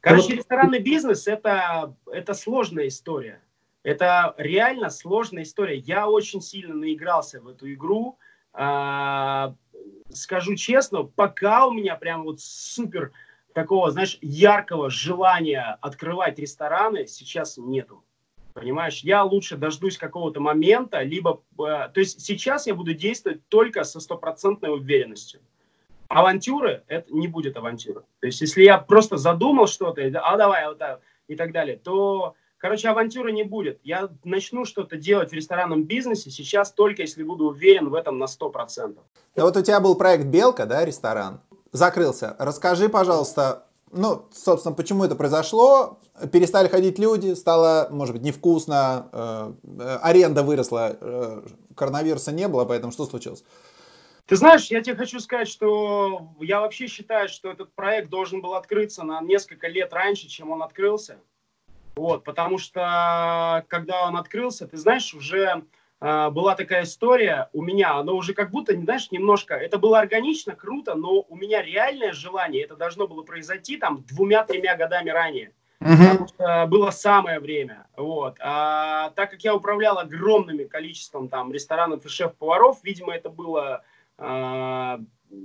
Короче, ресторанный бизнес это, это сложная история. Это реально сложная история. Я очень сильно наигрался в эту игру. А, скажу честно, пока у меня прям вот супер такого, знаешь, яркого желания открывать рестораны сейчас нету. Понимаешь, я лучше дождусь какого-то момента, либо... э, то есть сейчас я буду действовать только со стопроцентной уверенностью. Авантюры, это не будет авантюра. То есть, если я просто задумал что-то, а давай вот так, и так далее, то, короче, авантюры не будет. Я начну что-то делать в ресторанном бизнесе сейчас только если буду уверен в этом на сто процентов. Да вот у тебя был проект «Белка», да, ресторан, закрылся. Расскажи, пожалуйста, ну, собственно, почему это произошло? Перестали ходить люди, стало, может быть, невкусно, э, аренда выросла, э, коронавируса не было, поэтому что случилось? Ты знаешь, я тебе хочу сказать, что я вообще считаю, что этот проект должен был открыться на несколько лет раньше, чем он открылся. Вот, потому что, когда он открылся, ты знаешь, уже э, была такая история у меня, она уже как будто, знаешь, немножко, это было органично, круто, но у меня реальное желание, это должно было произойти там двумя-тремя годами ранее. Потому что было самое время. Вот. А так как я управлял огромным количеством там ресторанов и шеф-поваров, видимо, это было... А,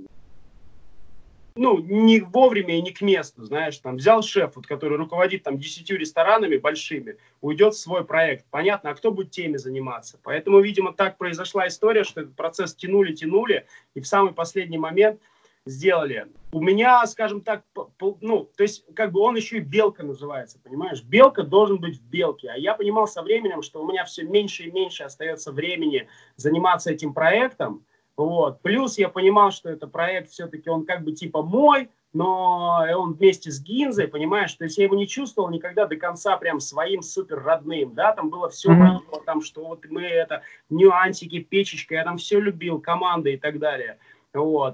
ну, не вовремя и не к месту, знаешь, там взял шеф, вот, который руководит там десятью ресторанами большими, уйдет в свой проект. Понятно, а кто будет теми заниматься? Поэтому, видимо, так произошла история, что этот процесс тянули-тянули, и в самый последний момент сделали. У меня, скажем так, ну, то есть, как бы он еще и белка называется, понимаешь? Белка должен быть в белке. А я понимал со временем, что у меня все меньше и меньше остается времени заниматься этим проектом. Вот. Плюс я понимал, что это проект все-таки он как бы типа мой, но он вместе с Гинзой, понимаешь, то есть я его не чувствовал никогда до конца прям своим супер родным, да, там было все мое, mm-hmm. там что вот мы это, нюансики, печечка, я там все любил, команда и так далее. Вот.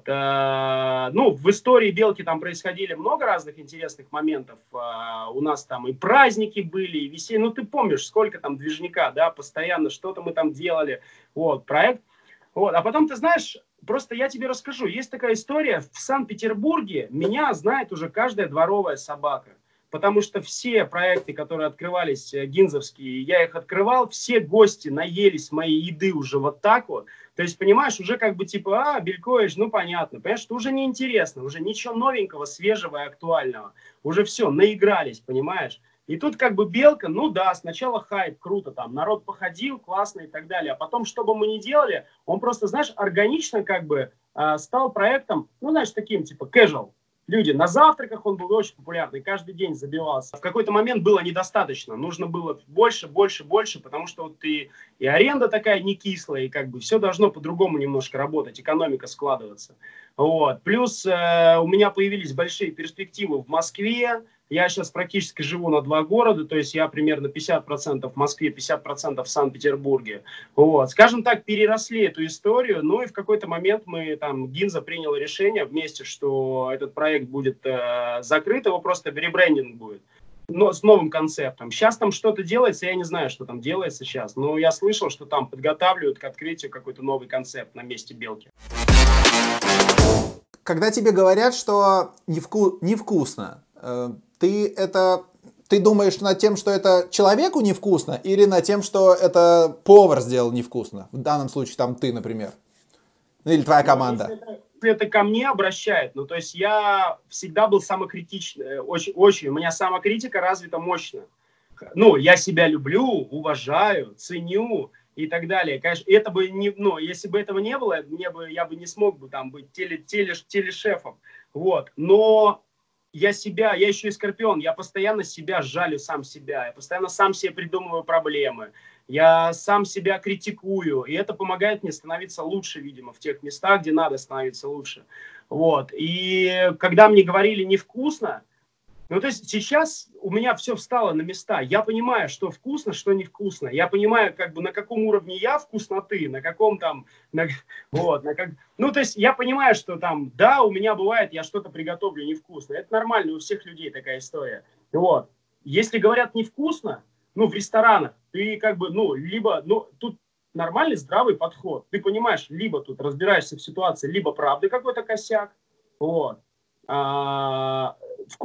Ну, в истории Белки там происходили много разных интересных моментов. У нас там и праздники были, и веселье. Ну, ты помнишь, сколько там движника, да, постоянно что-то мы там делали. Вот, проект. Вот. А потом, ты знаешь, просто я тебе расскажу. Есть такая история. В Санкт-Петербурге меня знает уже каждая дворовая собака. Потому что все проекты, которые открывались, гинзовские, я их открывал, все гости наелись моей еды уже вот так вот. То есть, понимаешь, уже как бы типа, а, Белькович, ну понятно. Понимаешь, что уже неинтересно, уже ничего новенького, свежего и актуального. Уже все, наигрались, понимаешь. И тут как бы Белка, ну да, сначала хайп, круто, там, народ походил, классно и так далее. А потом, что бы мы ни делали, он просто, знаешь, органично как бы э, стал проектом, ну, знаешь, таким типа casual. Люди, на завтраках он был очень популярный, каждый день забивался. В какой-то момент было недостаточно, нужно было больше, больше, больше, потому что вот и, и аренда такая не кислая, и как бы все должно по-другому немножко работать, экономика складываться. Вот. Плюс э, у меня появились большие перспективы в Москве. Я сейчас практически живу на два города, то есть я примерно пятьдесят процентов в Москве, пятьдесят процентов в Санкт-Петербурге. Вот. Скажем так, переросли эту историю, ну и в какой-то момент мы, там, Гинза приняла решение вместе, что этот проект будет э, закрыт, его просто ребрендинг будет, но с новым концептом. Сейчас там что-то делается, я не знаю, что там делается сейчас, но я слышал, что там подготавливают к открытию какой-то новый концепт на месте Белки. Когда тебе говорят, что невку... невкусно, э, ты это... Ты думаешь над тем, что это человеку невкусно, или над тем, что это повар сделал невкусно? В данном случае там ты, например. Или твоя команда. Ну, если, это, если это ко мне обращает, ну то есть я всегда был самокритичный, очень, очень. У меня самокритика развита мощно. Ну, я себя люблю, уважаю, ценю и так далее. Конечно, это бы не, ну, если бы этого не было, мне бы, я бы не смог бы там быть теле, теле, телешефом. Вот. Но я себя, я еще и скорпион, я постоянно себя жалю, сам себя, я постоянно сам себе придумываю проблемы, я сам себя критикую, и это помогает мне становиться лучше, видимо, в тех местах, где надо становиться лучше. Вот. И когда мне говорили невкусно, ну, то есть сейчас у меня все встало на места. Я понимаю, что вкусно, что невкусно. Я понимаю, как бы на каком уровне я вкусноты, на каком там... На, вот, на как, ну, то есть я понимаю, что там, да, у меня бывает, я что-то приготовлю невкусно. Это нормально, у всех людей такая история. Вот. Если говорят невкусно, ну, в ресторанах, ты как бы, ну, либо, ну, тут нормальный здравый подход. Ты понимаешь, либо тут разбираешься в ситуации, либо правда какой-то косяк. Вот. А,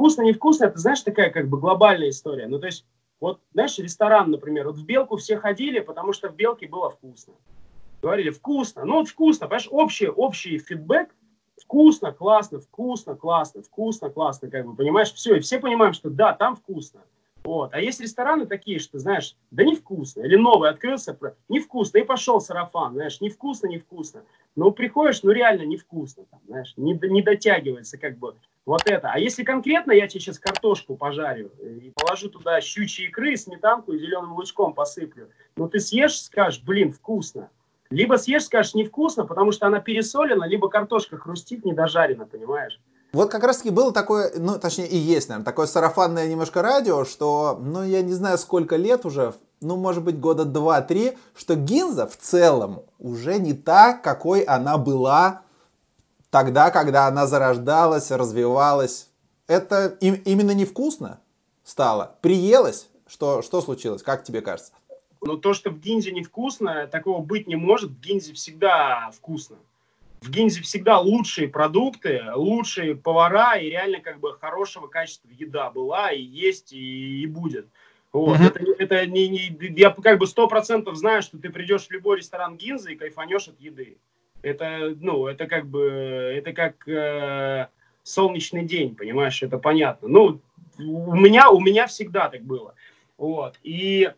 вкусно-невкусно, это, знаешь, такая как бы глобальная история. Ну, то есть, вот, знаешь, ресторан, например, вот в Белку все ходили, потому что в Белке было вкусно. Говорили, вкусно. Ну, вот вкусно, понимаешь, общий, общий фидбэк, вкусно, классно, вкусно, классно, вкусно, классно, как бы, понимаешь, все, и все понимаем, что да, там вкусно. Вот. А есть рестораны такие, что, знаешь, да невкусно. Или новый открылся, невкусно, и пошел сарафан, знаешь, невкусно, невкусно. Ну, приходишь, ну, реально невкусно, там, знаешь, не, не дотягивается, как бы, вот это. А если конкретно я тебе сейчас картошку пожарю и положу туда щучьи икры, сметанку и зеленым лучком посыплю, ну, ты съешь, скажешь, блин, вкусно. Либо съешь, скажешь, невкусно, потому что она пересолена, либо картошка хрустит, недожарена, понимаешь? Вот как раз таки было такое, ну, точнее, и есть, наверное, такое сарафанное немножко радио, что, ну, я не знаю, сколько лет уже, ну, может быть, года два-три, что Гинза в целом уже не та, какой она была тогда, когда она зарождалась, развивалась. Это им, именно невкусно стало. Приелось? Что, что случилось? Как тебе кажется? Ну, то, что в Гинзе невкусно, такого быть не может. В Гинзе всегда вкусно. В Гинзе всегда лучшие продукты, лучшие повара и реально как бы хорошего качества еда была и есть и, и будет. Вот. Mm-hmm. Это, это не, не, я как бы сто процентов знаю, что ты придешь в любой ресторан Гинзы и кайфанешь от еды. Это, ну, это как бы, это как э, солнечный день, понимаешь, это понятно. Ну, у меня, у меня всегда так было. Вот. И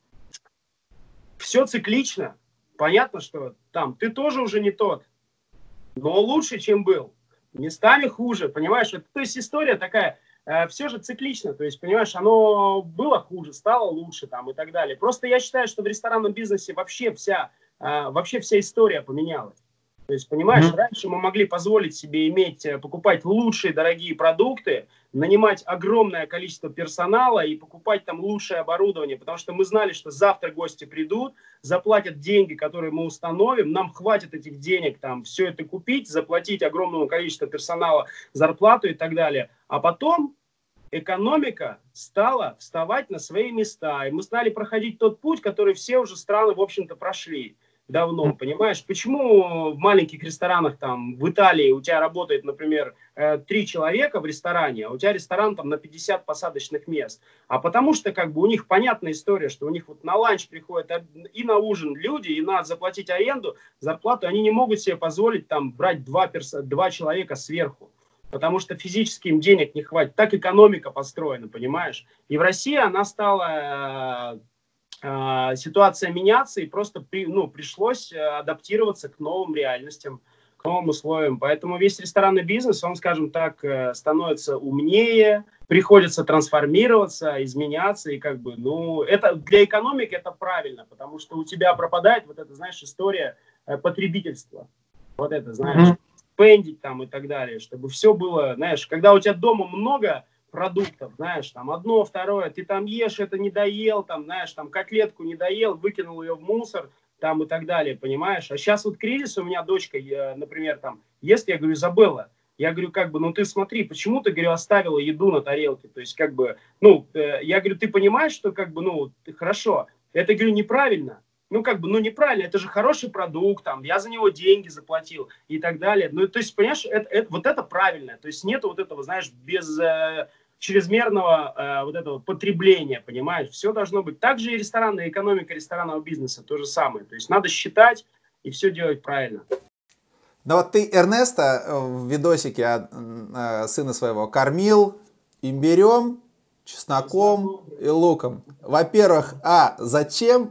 все циклично. Понятно, что там ты тоже уже не тот, но лучше, чем был. Местами хуже, понимаешь? Это, то есть история такая, э, все же циклично. То есть, понимаешь, оно было хуже, стало лучше там и так далее. Просто я считаю, что в ресторанном бизнесе вообще вся, э, вообще вся история поменялась. То есть, понимаешь, mm-hmm. раньше мы могли позволить себе иметь, покупать лучшие дорогие продукты, нанимать огромное количество персонала и покупать там лучшее оборудование, потому что мы знали, что завтра гости придут, заплатят деньги, которые мы установим, нам хватит этих денег там все это купить, заплатить огромному количеству персонала зарплату и так далее. А потом экономика стала вставать на свои места, и мы стали проходить тот путь, который все уже страны, в общем-то, прошли давно, понимаешь? Почему в маленьких ресторанах там в Италии у тебя работает, например, три человека в ресторане, а у тебя ресторан там на пятьдесят посадочных мест? А потому что как бы у них понятная история, что у них вот на ланч приходят и на ужин люди, и надо заплатить аренду, зарплату, они не могут себе позволить там брать два, перс... два человека сверху. Потому что физически им денег не хватит. Так экономика построена, понимаешь? И в России она стала... ситуация меняться, и просто при, ну, пришлось адаптироваться к новым реальностям, к новым условиям. Поэтому весь ресторанный бизнес, он, скажем так, становится умнее, приходится трансформироваться, изменяться, и как бы, ну, это для экономики это правильно, потому что у тебя пропадает вот эта, знаешь, история потребительства. Вот это, знаешь, mm-hmm. спендить там и так далее, чтобы все было, знаешь, когда у тебя дома много продуктов, знаешь, там одно, второе, ты там ешь, это не доел, там, знаешь, там котлетку не доел, выкинул ее в мусор, там и так далее, понимаешь? А сейчас вот кризис, у меня дочка, я, например, там, ест, я говорю, забыла. Я говорю, как бы, ну ты смотри, почему ты, говорю, оставила еду на тарелке? То есть, как бы, ну, э, я говорю, ты понимаешь, что, как бы, ну, ты, хорошо, это, говорю, неправильно. Ну, как бы, ну, неправильно, это же хороший продукт, там, я за него деньги заплатил и так далее. Ну, то есть, понимаешь, это, это, вот это правильно. То есть, нету вот этого, знаешь, без э, чрезмерного э, вот этого потребления, понимаешь? Все должно быть. Также и ресторанная экономика ресторанного бизнеса то же самое. То есть, надо считать и все делать правильно. Да вот ты Эрнеста в видосике от э, сына своего кормил имбирем, чесноком и луком. Во-первых, а, зачем?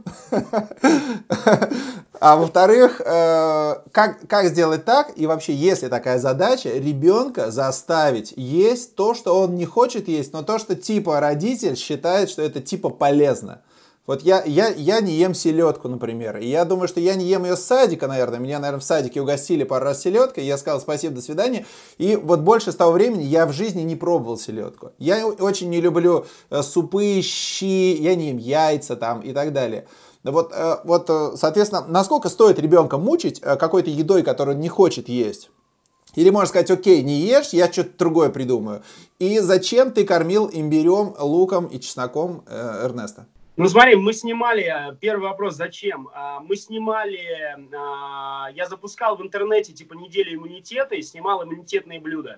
А во-вторых, э, как, как сделать так, и вообще, если такая задача, ребенка заставить есть то, что он не хочет есть, но то, что типа родитель считает, что это типа полезно. Вот я, я, я не ем селедку, например, и я думаю, что я не ем ее с садика, наверное. Меня, наверное, в садике угостили пару раз селедкой, я сказал спасибо, до свидания. И вот больше с того времени я в жизни не пробовал селедку. Я очень не люблю супы, щи, я не ем яйца там и так далее. Вот, вот, соответственно, насколько стоит ребенка мучить какой-то едой, которую он не хочет есть? Или можно сказать, окей, не ешь, я что-то другое придумаю. И зачем ты кормил имбирем, луком и чесноком э, Эрнеста? Ну смотри, мы снимали, первый вопрос, зачем? Мы снимали, я запускал в интернете типа неделю иммунитета и снимал иммунитетные блюда.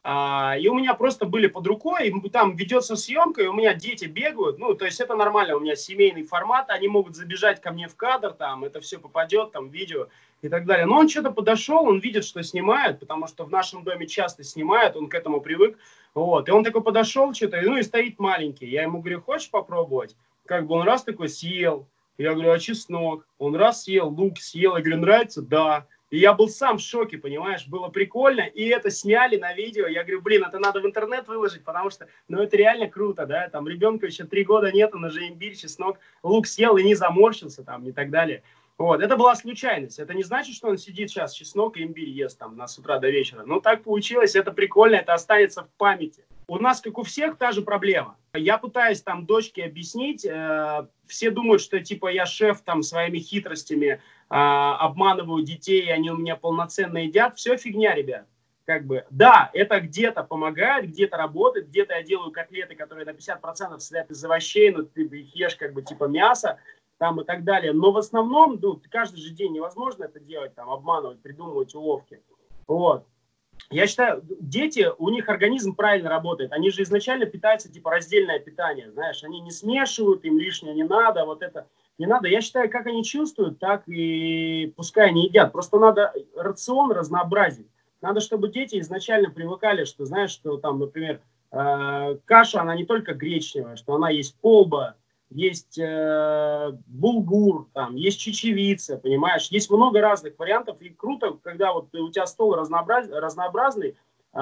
А, и у меня просто были под рукой, и там ведется съемка, и у меня дети бегают, ну, то есть это нормально, у меня семейный формат, они могут забежать ко мне в кадр, там, это все попадет, там, видео и так далее. Но он что-то подошел, он видит, что снимают, потому что в нашем доме часто снимают, он к этому привык, вот, и он такой подошел, что-то, ну, и стоит маленький, я ему говорю, хочешь попробовать? Как бы он раз такой съел, я говорю, а чеснок? Он раз съел, лук съел, я говорю, нравится? Да. И я был сам в шоке, понимаешь, было прикольно, и это сняли на видео, я говорю, блин, это надо в интернет выложить, потому что, ну, это реально круто, да, там, ребенку еще три года нет, он уже имбирь, чеснок, лук съел и не заморщился, там, и так далее. Вот, это была случайность, это не значит, что он сидит сейчас чеснок и имбирь ест, там, на с утра до вечера, но так получилось, это прикольно, это останется в памяти. У нас, как у всех, та же проблема. Я пытаюсь там дочке объяснить, э, все думают, что типа я шеф там своими хитростями э, обманываю детей, они у меня полноценно едят. Все фигня, ребят. Как бы, да, это где-то помогает, где-то работает, где-то я делаю котлеты, которые на пятьдесят процентов состоят из овощей, но ты их ешь как бы типа мясо там и так далее. Но в основном, ну, каждый же день невозможно это делать, там, обманывать, придумывать уловки. Вот. Я считаю, дети, у них организм правильно работает. Они же изначально питаются, типа, раздельное питание, знаешь. Они не смешивают, им лишнее не надо, вот это не надо. Я считаю, как они чувствуют, так и пускай они едят. Просто надо рацион разнообразить. Надо, чтобы дети изначально привыкали, что, знаешь, что там, например, э, каша, она не только гречневая, что она есть полба, есть э, булгур, там, есть чечевица, понимаешь, есть много разных вариантов, и круто, когда вот у тебя стол разнообраз, разнообразный,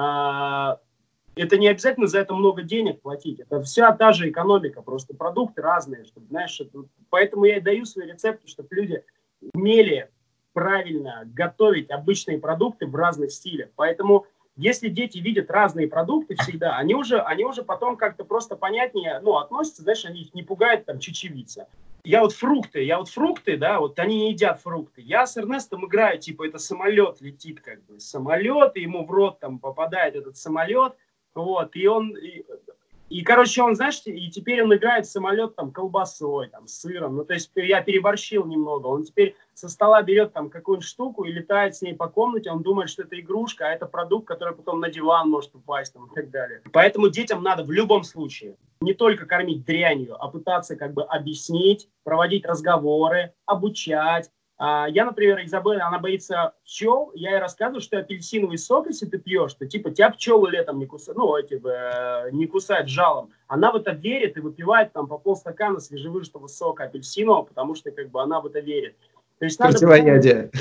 э, это не обязательно за это много денег платить, это вся та же экономика, просто продукты разные, чтобы, знаешь, это, поэтому я и даю свои рецепты, чтобы люди умели правильно готовить обычные продукты в разных стилях, поэтому... Если дети видят разные продукты всегда, они уже, они уже потом как-то просто понятнее, ну, относятся, знаешь, они их не пугает там чечевица. Я вот фрукты, я вот фрукты, да, вот они не едят фрукты. Я с Эрнестом играю, типа, это самолет летит, как бы, самолет, и ему в рот там попадает этот самолет, вот, и он... И, И, короче, он, знаешь, и теперь он играет в самолет там колбасой, там, сыром. Ну, то есть я переборщил немного. Он теперь со стола берет там какую-нибудь штуку и летает с ней по комнате. Он думает, что это игрушка, а это продукт, который потом на диван может упасть там, и так далее. Поэтому детям надо в любом случае не только кормить дрянью, а пытаться как бы объяснить, проводить разговоры, обучать. Я, например, Изабелла, она боится пчел, я ей рассказываю, что апельсиновый сок, если ты пьешь, то типа тебя пчелы летом не кусают, ну, эти, э, не кусают жалом. Она в это верит и выпивает там по полстакана свежевыжатого сока апельсинового, потому что как бы она в это верит. То есть надо... Противоядие.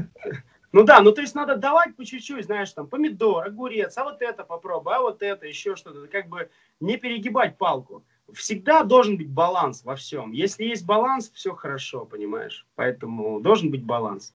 Ну да, ну то есть надо давать по чуть-чуть, знаешь, там помидор, огурец, а вот это попробуй, а вот это, еще что-то, как бы не перегибать палку. Всегда должен быть баланс во всем. Если есть баланс, все хорошо, понимаешь? Поэтому должен быть баланс.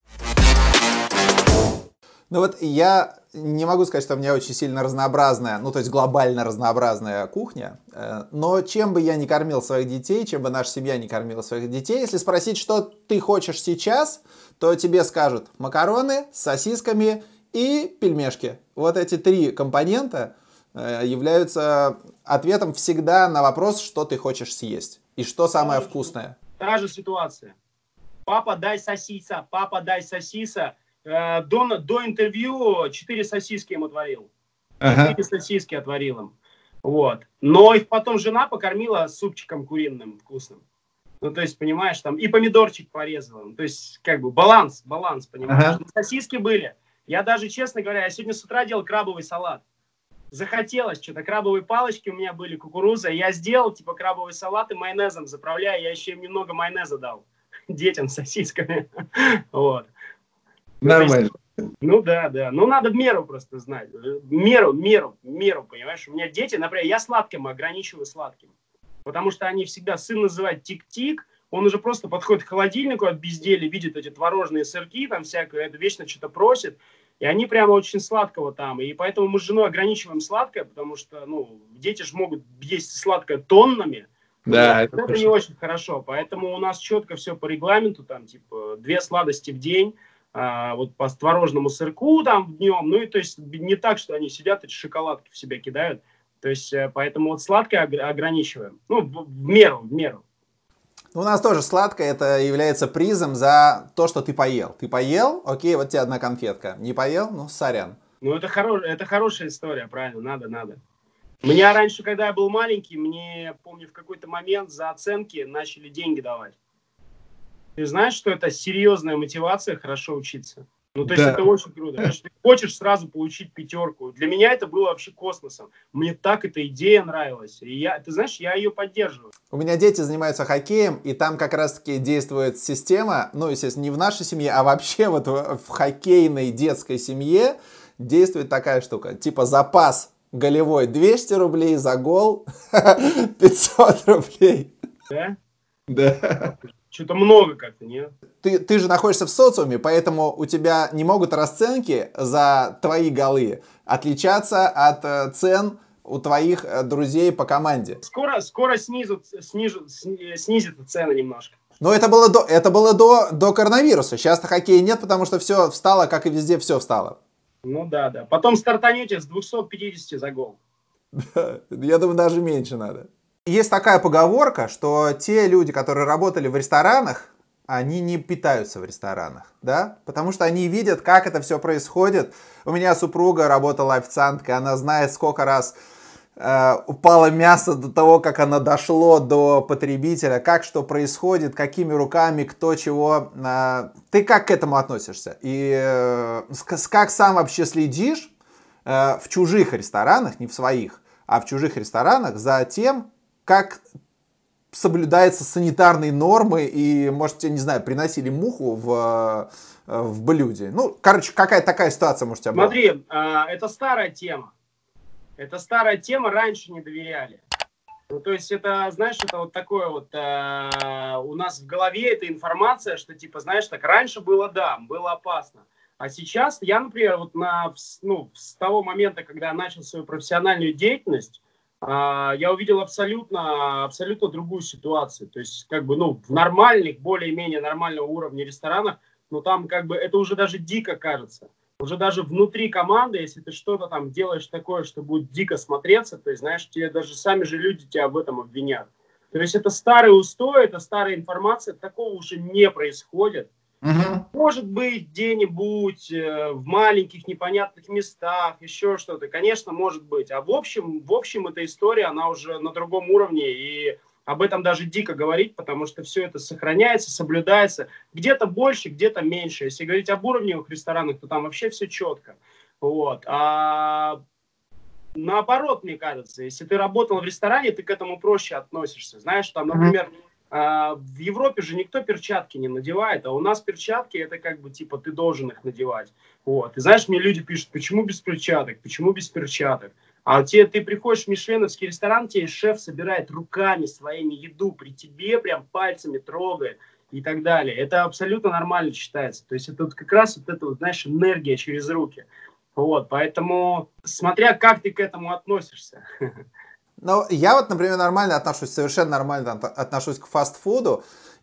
Ну вот я не могу сказать, что у меня очень сильно разнообразная, ну то есть глобально разнообразная кухня, но чем бы я ни кормил своих детей, чем бы наша семья не кормила своих детей, если спросить, что ты хочешь сейчас, то тебе скажут макароны с сосисками и пельмешки. Вот эти три компонента являются ответом всегда на вопрос, что ты хочешь съесть и что самое вкусное. Та же ситуация. Папа, дай сосиса, папа, дай сосиса. До, до интервью четыре сосиски ему отварил. Четыре ага. сосиски отварил им. Вот. Но их потом жена покормила супчиком куриным вкусным. Ну, то есть, понимаешь, там и помидорчик порезал. То есть, как бы баланс, баланс, понимаешь. Ага. Сосиски были. Я даже, честно говоря, я сегодня с утра делал крабовый салат. Захотелось что-то, крабовые палочки у меня были, кукуруза. Я сделал, типа, крабовый салат и майонезом заправляю. Я еще им немного майонеза дал детям с сосисками. Вот. Нормально. Ну, ну да, да. Ну надо меру просто знать. Меру, меру, меру, понимаешь. У меня дети, например, я сладким ограничиваю сладким. Потому что они всегда, сын называет тик-тик, он уже просто подходит к холодильнику от безделия, видит эти творожные сырки, там всякое, это вечно что-то просит. И они прямо очень сладкого там. И поэтому мы с женой ограничиваем сладкое, потому что, ну, дети же могут есть сладкое тоннами. Да, это, это не очень хорошо. Поэтому у нас четко все по регламенту, там, типа, две сладости в день. А, вот по творожному сырку там днем, ну и то есть не так, что они сидят эти шоколадки в себя кидают, то есть поэтому вот сладкое ограничиваем, ну в, в меру, в меру. У нас тоже сладкое, это является призом за то, что ты поел. Ты поел, окей, вот тебе одна конфетка, не поел, ну сорян. Ну, это, хоро... это хорошая история, правильно, надо, надо. Меня раньше, когда я был маленький, мне, помню, в какой-то момент за оценки начали деньги давать. Ты знаешь, что это серьезная мотивация хорошо учиться? Ну, то есть Да. это очень круто. Потому что ты хочешь сразу получить пятерку. Для меня это было вообще космосом. Мне так эта идея нравилась. И я, ты знаешь, я ее поддерживаю. У меня дети занимаются хоккеем, и там как раз-таки действует система, ну, естественно, не в нашей семье, а вообще вот в, в хоккейной детской семье действует такая штука. Типа запас голевой двести рублей, за гол пятьсот рублей. Да? Да. Что-то много как-то, нет? Ты, ты же находишься в социуме, поэтому у тебя не могут расценки за твои голы отличаться от э, цен у твоих э, друзей по команде. Скоро, скоро снизу, снижу, сни- снизятся цены немножко. Но это было до, это было до, до коронавируса. Сейчас-то хоккея нет, потому что все встало, как и везде все встало. Ну да, да. Потом стартанете с двухсот пятидесяти за гол. Я думаю, даже меньше надо. Есть такая поговорка, что те люди, которые работали в ресторанах, они не питаются в ресторанах, да? Потому что они видят, как это все происходит. У меня супруга работала официанткой, она знает, сколько раз э, упало мясо до того, как оно дошло до потребителя, как что происходит, какими руками, кто чего. Э, ты как к этому относишься? И э, как сам вообще следишь э, в чужих ресторанах, не в своих, а в чужих ресторанах за тем, как соблюдаются санитарные нормы и, может, я не знаю, приносили муху в, в блюде. Ну, короче, какая-то такая ситуация, может, у тебя была. Смотри, это старая тема. Это старая тема, раньше не доверяли. Ну, то есть это, знаешь, это вот такое вот, э, у нас в голове эта информация, что, типа, знаешь, так раньше было, да, было опасно. А сейчас я, например, вот на, ну, с того момента, когда я начал свою профессиональную деятельность, я увидел абсолютно, абсолютно другую ситуацию. То есть, как бы, ну, в нормальных, более-менее нормального уровня ресторанах, ну, там, как бы, это уже даже дико кажется. Уже даже внутри команды, если ты что-то там делаешь такое, что будет дико смотреться, то есть, знаешь, тебе даже сами же люди тебя об этом обвинят. То есть, это старый устой, это старая информация, такого уже не происходит. Угу. Может быть, где-нибудь э, в маленьких непонятных местах, еще что-то, конечно, может быть. А в общем, в общем, эта история, она уже на другом уровне, и об этом даже дико говорить, потому что все это сохраняется, соблюдается. Где-то больше, где-то меньше. Если говорить об уровневых ресторанах, то там вообще все четко. Вот. А наоборот, мне кажется, если ты работал в ресторане, ты к этому проще относишься. Знаешь, там, например... В Европе же никто перчатки не надевает, а у нас перчатки это как бы типа ты должен их надевать. Вот. И знаешь, мне люди пишут, почему без перчаток, почему без перчаток. А тебе, ты приходишь в мишленовский ресторан, тебе шеф собирает руками своими еду, при тебе прям пальцами трогает и так далее. Это абсолютно нормально считается. То есть это вот как раз вот эта, вот, знаешь, энергия через руки. Вот. Поэтому смотря как ты к этому относишься. Ну, я вот, например, нормально отношусь, совершенно нормально отношусь к фастфуду.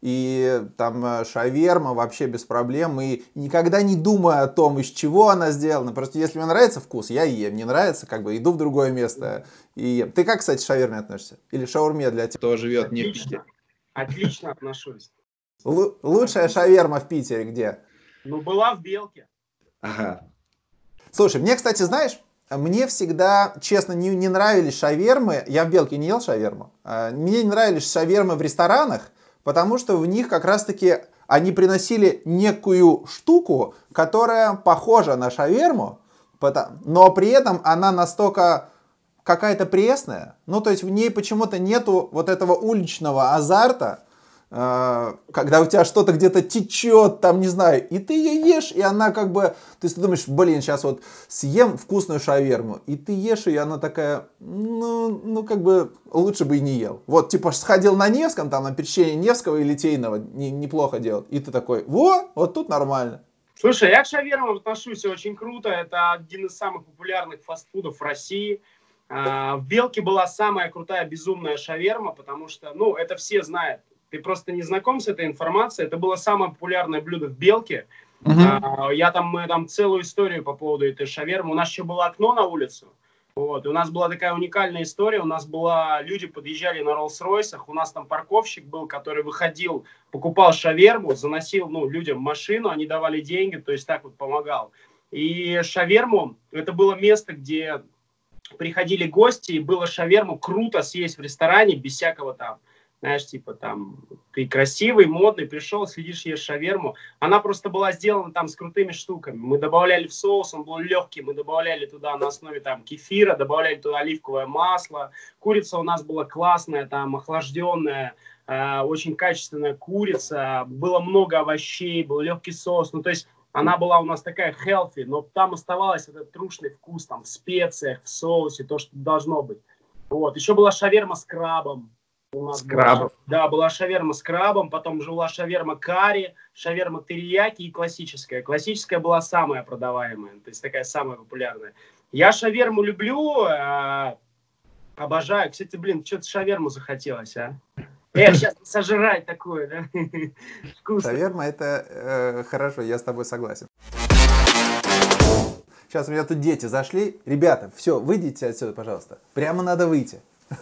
И там шаверма вообще без проблем. И никогда не думаю о том, из чего она сделана. Просто если мне нравится вкус, я ем. Не нравится, как бы иду в другое место и ем. Ты как, кстати, к шаверме относишься? Или шаурме для тех, кто живет не в Питере? Отлично отношусь. Л- лучшая шаверма в Питере где? Ну, была в Белке. Ага. Слушай, мне, кстати, знаешь... Мне всегда, честно, не, не нравились шавермы. Я в Белке не ел шаверму. Мне не нравились шавермы в ресторанах, потому что в них как раз-таки они приносили некую штуку, которая похожа на шаверму, но при этом она настолько какая-то пресная. Ну, то есть в ней почему-то нету вот этого уличного азарта, когда у тебя что-то где-то течет, там, не знаю, и ты ее ешь, и она как бы, то есть ты думаешь, блин, сейчас вот съем вкусную шаверму, и ты ешь, и она такая, ну, ну как бы лучше бы и не ел. Вот, типа, сходил на Невском, там, на пересечении Невского и Литейного, не, неплохо делать, и ты такой, во, вот тут нормально. Слушай, я к шавермам отношусь очень круто, это один из самых популярных фастфудов в России. В Белке была самая крутая безумная шаверма, потому что, ну, это все знают. Ты просто не знаком с этой информацией. Это было самое популярное блюдо в Белке. Uh-huh. Я там, мы там целую историю по поводу этой шавермы. У нас еще было окно на улицу. Вот. И у нас была такая уникальная история. У нас была... Люди подъезжали на Роллс-Ройсах. У нас там парковщик был, который выходил, покупал шаверму, заносил, ну, людям машину. Они давали деньги, то есть так вот помогал. И шаверму, это было место, где приходили гости, и было шаверму круто съесть в ресторане, без всякого там, знаешь, типа там, ты красивый, модный, пришел, сидишь, ешь шаверму. Она просто была сделана там с крутыми штуками. Мы добавляли в соус, он был легкий, мы добавляли туда на основе там кефира, добавляли туда оливковое масло. Курица у нас была классная, там, охлажденная, э, очень качественная курица. Было много овощей, был легкий соус. Ну, то есть она была у нас такая healthy, но там оставался этот трушный вкус, там, в специях, в соусе, то, что должно быть. Вот. Еще была шаверма с крабом. У нас с крабом? Была, да, была шаверма с крабом, потом же была шаверма карри, шаверма терияки и классическая. Классическая была самая продаваемая, то есть такая самая популярная. Я шаверму люблю, э, обожаю. Кстати, блин, что-то шаверму захотелось, а? Эх, сейчас сожрать такое, да? Вкусно. Шаверма это э, хорошо, я с тобой согласен. Сейчас у меня тут дети зашли. Ребята, все, выйдите отсюда, пожалуйста. Прямо надо выйти.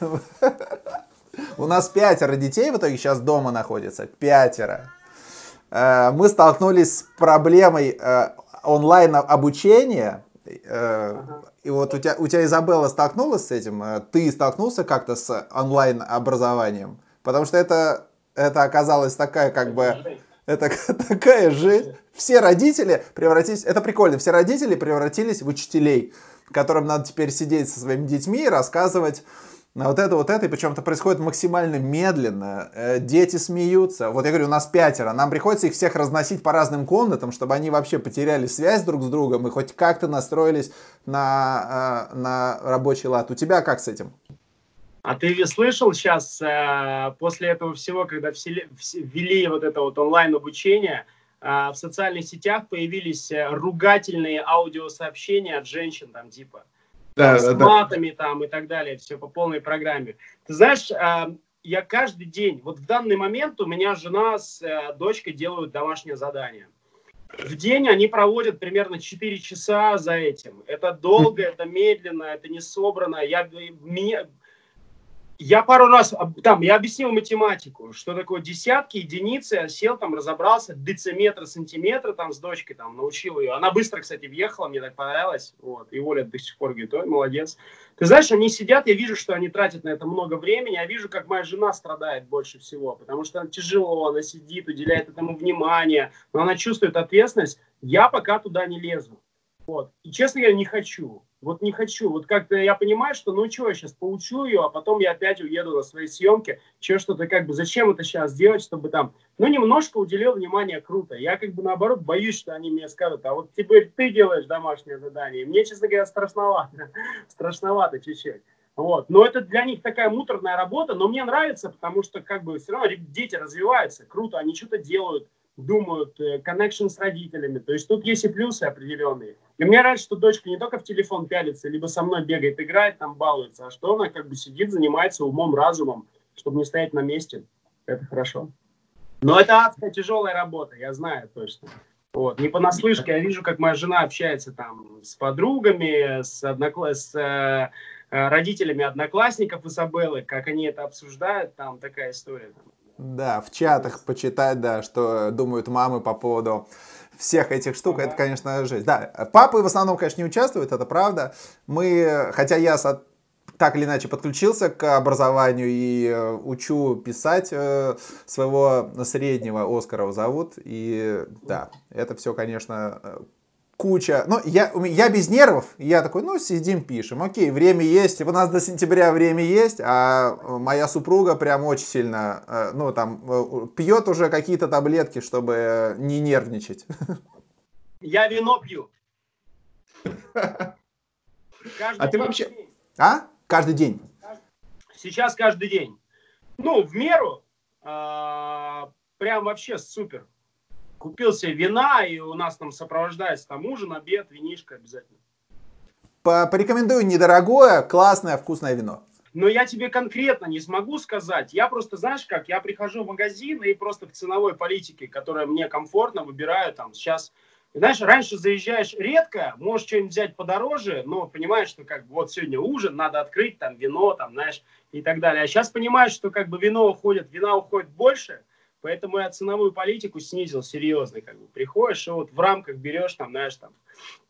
У нас пятеро детей в итоге сейчас дома находится. Пятеро. Э, мы столкнулись с проблемой э, онлайн-обучения. Э, и вот у тебя, у тебя Изабелла столкнулась с этим? Ты столкнулся как-то с онлайн-образованием? Потому что это, это оказалось такая, как бы, это такая жизнь. Все родители превратились, это прикольно, все родители превратились в учителей, которым надо теперь сидеть со своими детьми и рассказывать на вот это, вот это, и причем это происходит максимально медленно. Дети смеются. Вот я говорю, у нас пятеро, нам приходится их всех разносить по разным комнатам, чтобы они вообще потеряли связь друг с другом и хоть как-то настроились на, на рабочий лад. У тебя как с этим? А ты слышал сейчас, э, после этого всего, когда ввели, ввели вот это вот онлайн-обучение, э, в социальных сетях появились ругательные аудиосообщения от женщин, там типа, да, с да, матами там и так далее, все по полной программе. Ты знаешь, э, я каждый день, вот в данный момент у меня жена с э, дочкой делают домашнее задание. В день они проводят примерно четыре часа за этим. Это долго, это медленно, это не собрано. Я, меня... Я пару раз, там, я объяснил математику, что такое десятки, единицы, я сел там, разобрался, дециметры, сантиметры там с дочкой там, научил ее. Она быстро, кстати, въехала, мне так понравилось, вот, и Оля до сих пор говорит, ой, молодец. Ты знаешь, они сидят, я вижу, что они тратят на это много времени, я вижу, как моя жена страдает больше всего, потому что тяжело, она сидит, уделяет этому внимание, но она чувствует ответственность, я пока туда не лезу. Вот. И, честно говоря, не хочу. Вот не хочу. Вот как-то я понимаю, что ну что, я сейчас поучу ее, а потом я опять уеду на свои съемки. Че что-то как бы, зачем это сейчас делать, чтобы там, ну, немножко уделил внимание, круто. Я как бы наоборот боюсь, что они мне скажут, а вот теперь ты делаешь домашнее задание. И мне, честно говоря, страшновато. Страшновато чуть-чуть. Вот. Но это для них такая муторная работа, но мне нравится, потому что как бы все равно дети развиваются, круто, они что-то делают, думают, коннекшн с родителями. То есть тут есть и плюсы определенные. И мне нравится, что дочка не только в телефон пялится, либо со мной бегает, играет, там балуется, а что она как бы сидит, занимается умом, разумом, чтобы не стоять на месте. Это хорошо. Но это адская тяжелая работа, я знаю точно. Вот. Не понаслышке, я вижу, как моя жена общается там с подругами, с, однокла... с э, родителями одноклассников Изабеллы, как они это обсуждают, там такая история. Да, в чатах почитать, да, что думают мамы по поводу всех этих штук, ага. Это, конечно, жесть. Да, папы в основном, конечно, не участвуют, это правда. Мы, хотя я так или иначе подключился к образованию и учу писать своего среднего, Оскара его зовут, и да, это все, конечно, куча. Ну, я, я без нервов, я такой, ну, сидим, пишем. Окей, время есть, у нас до сентября время есть, а моя супруга прям очень сильно, ну, там, пьет уже какие-то таблетки, чтобы не нервничать. Я вино пью. А ты вообще... А? Каждый день? Сейчас каждый день. Ну, в меру, прям вообще супер. Купил себе вина, и у нас там сопровождается там ужин, обед, винишко обязательно. Порекомендую недорогое, классное, вкусное вино. Но я тебе конкретно не смогу сказать. Я просто, знаешь как, я прихожу в магазин и просто в ценовой политике, которая мне комфортно, выбираю там сейчас. Знаешь, раньше заезжаешь редко, можешь что-нибудь взять подороже, но понимаешь, что как бы вот сегодня ужин, надо открыть там вино, там, знаешь, и так далее. А сейчас понимаешь, что как бы вино уходит, вина уходит больше. Поэтому я ценовую политику снизил серьезно. Как бы. Приходишь и вот в рамках берешь, там, знаешь, там,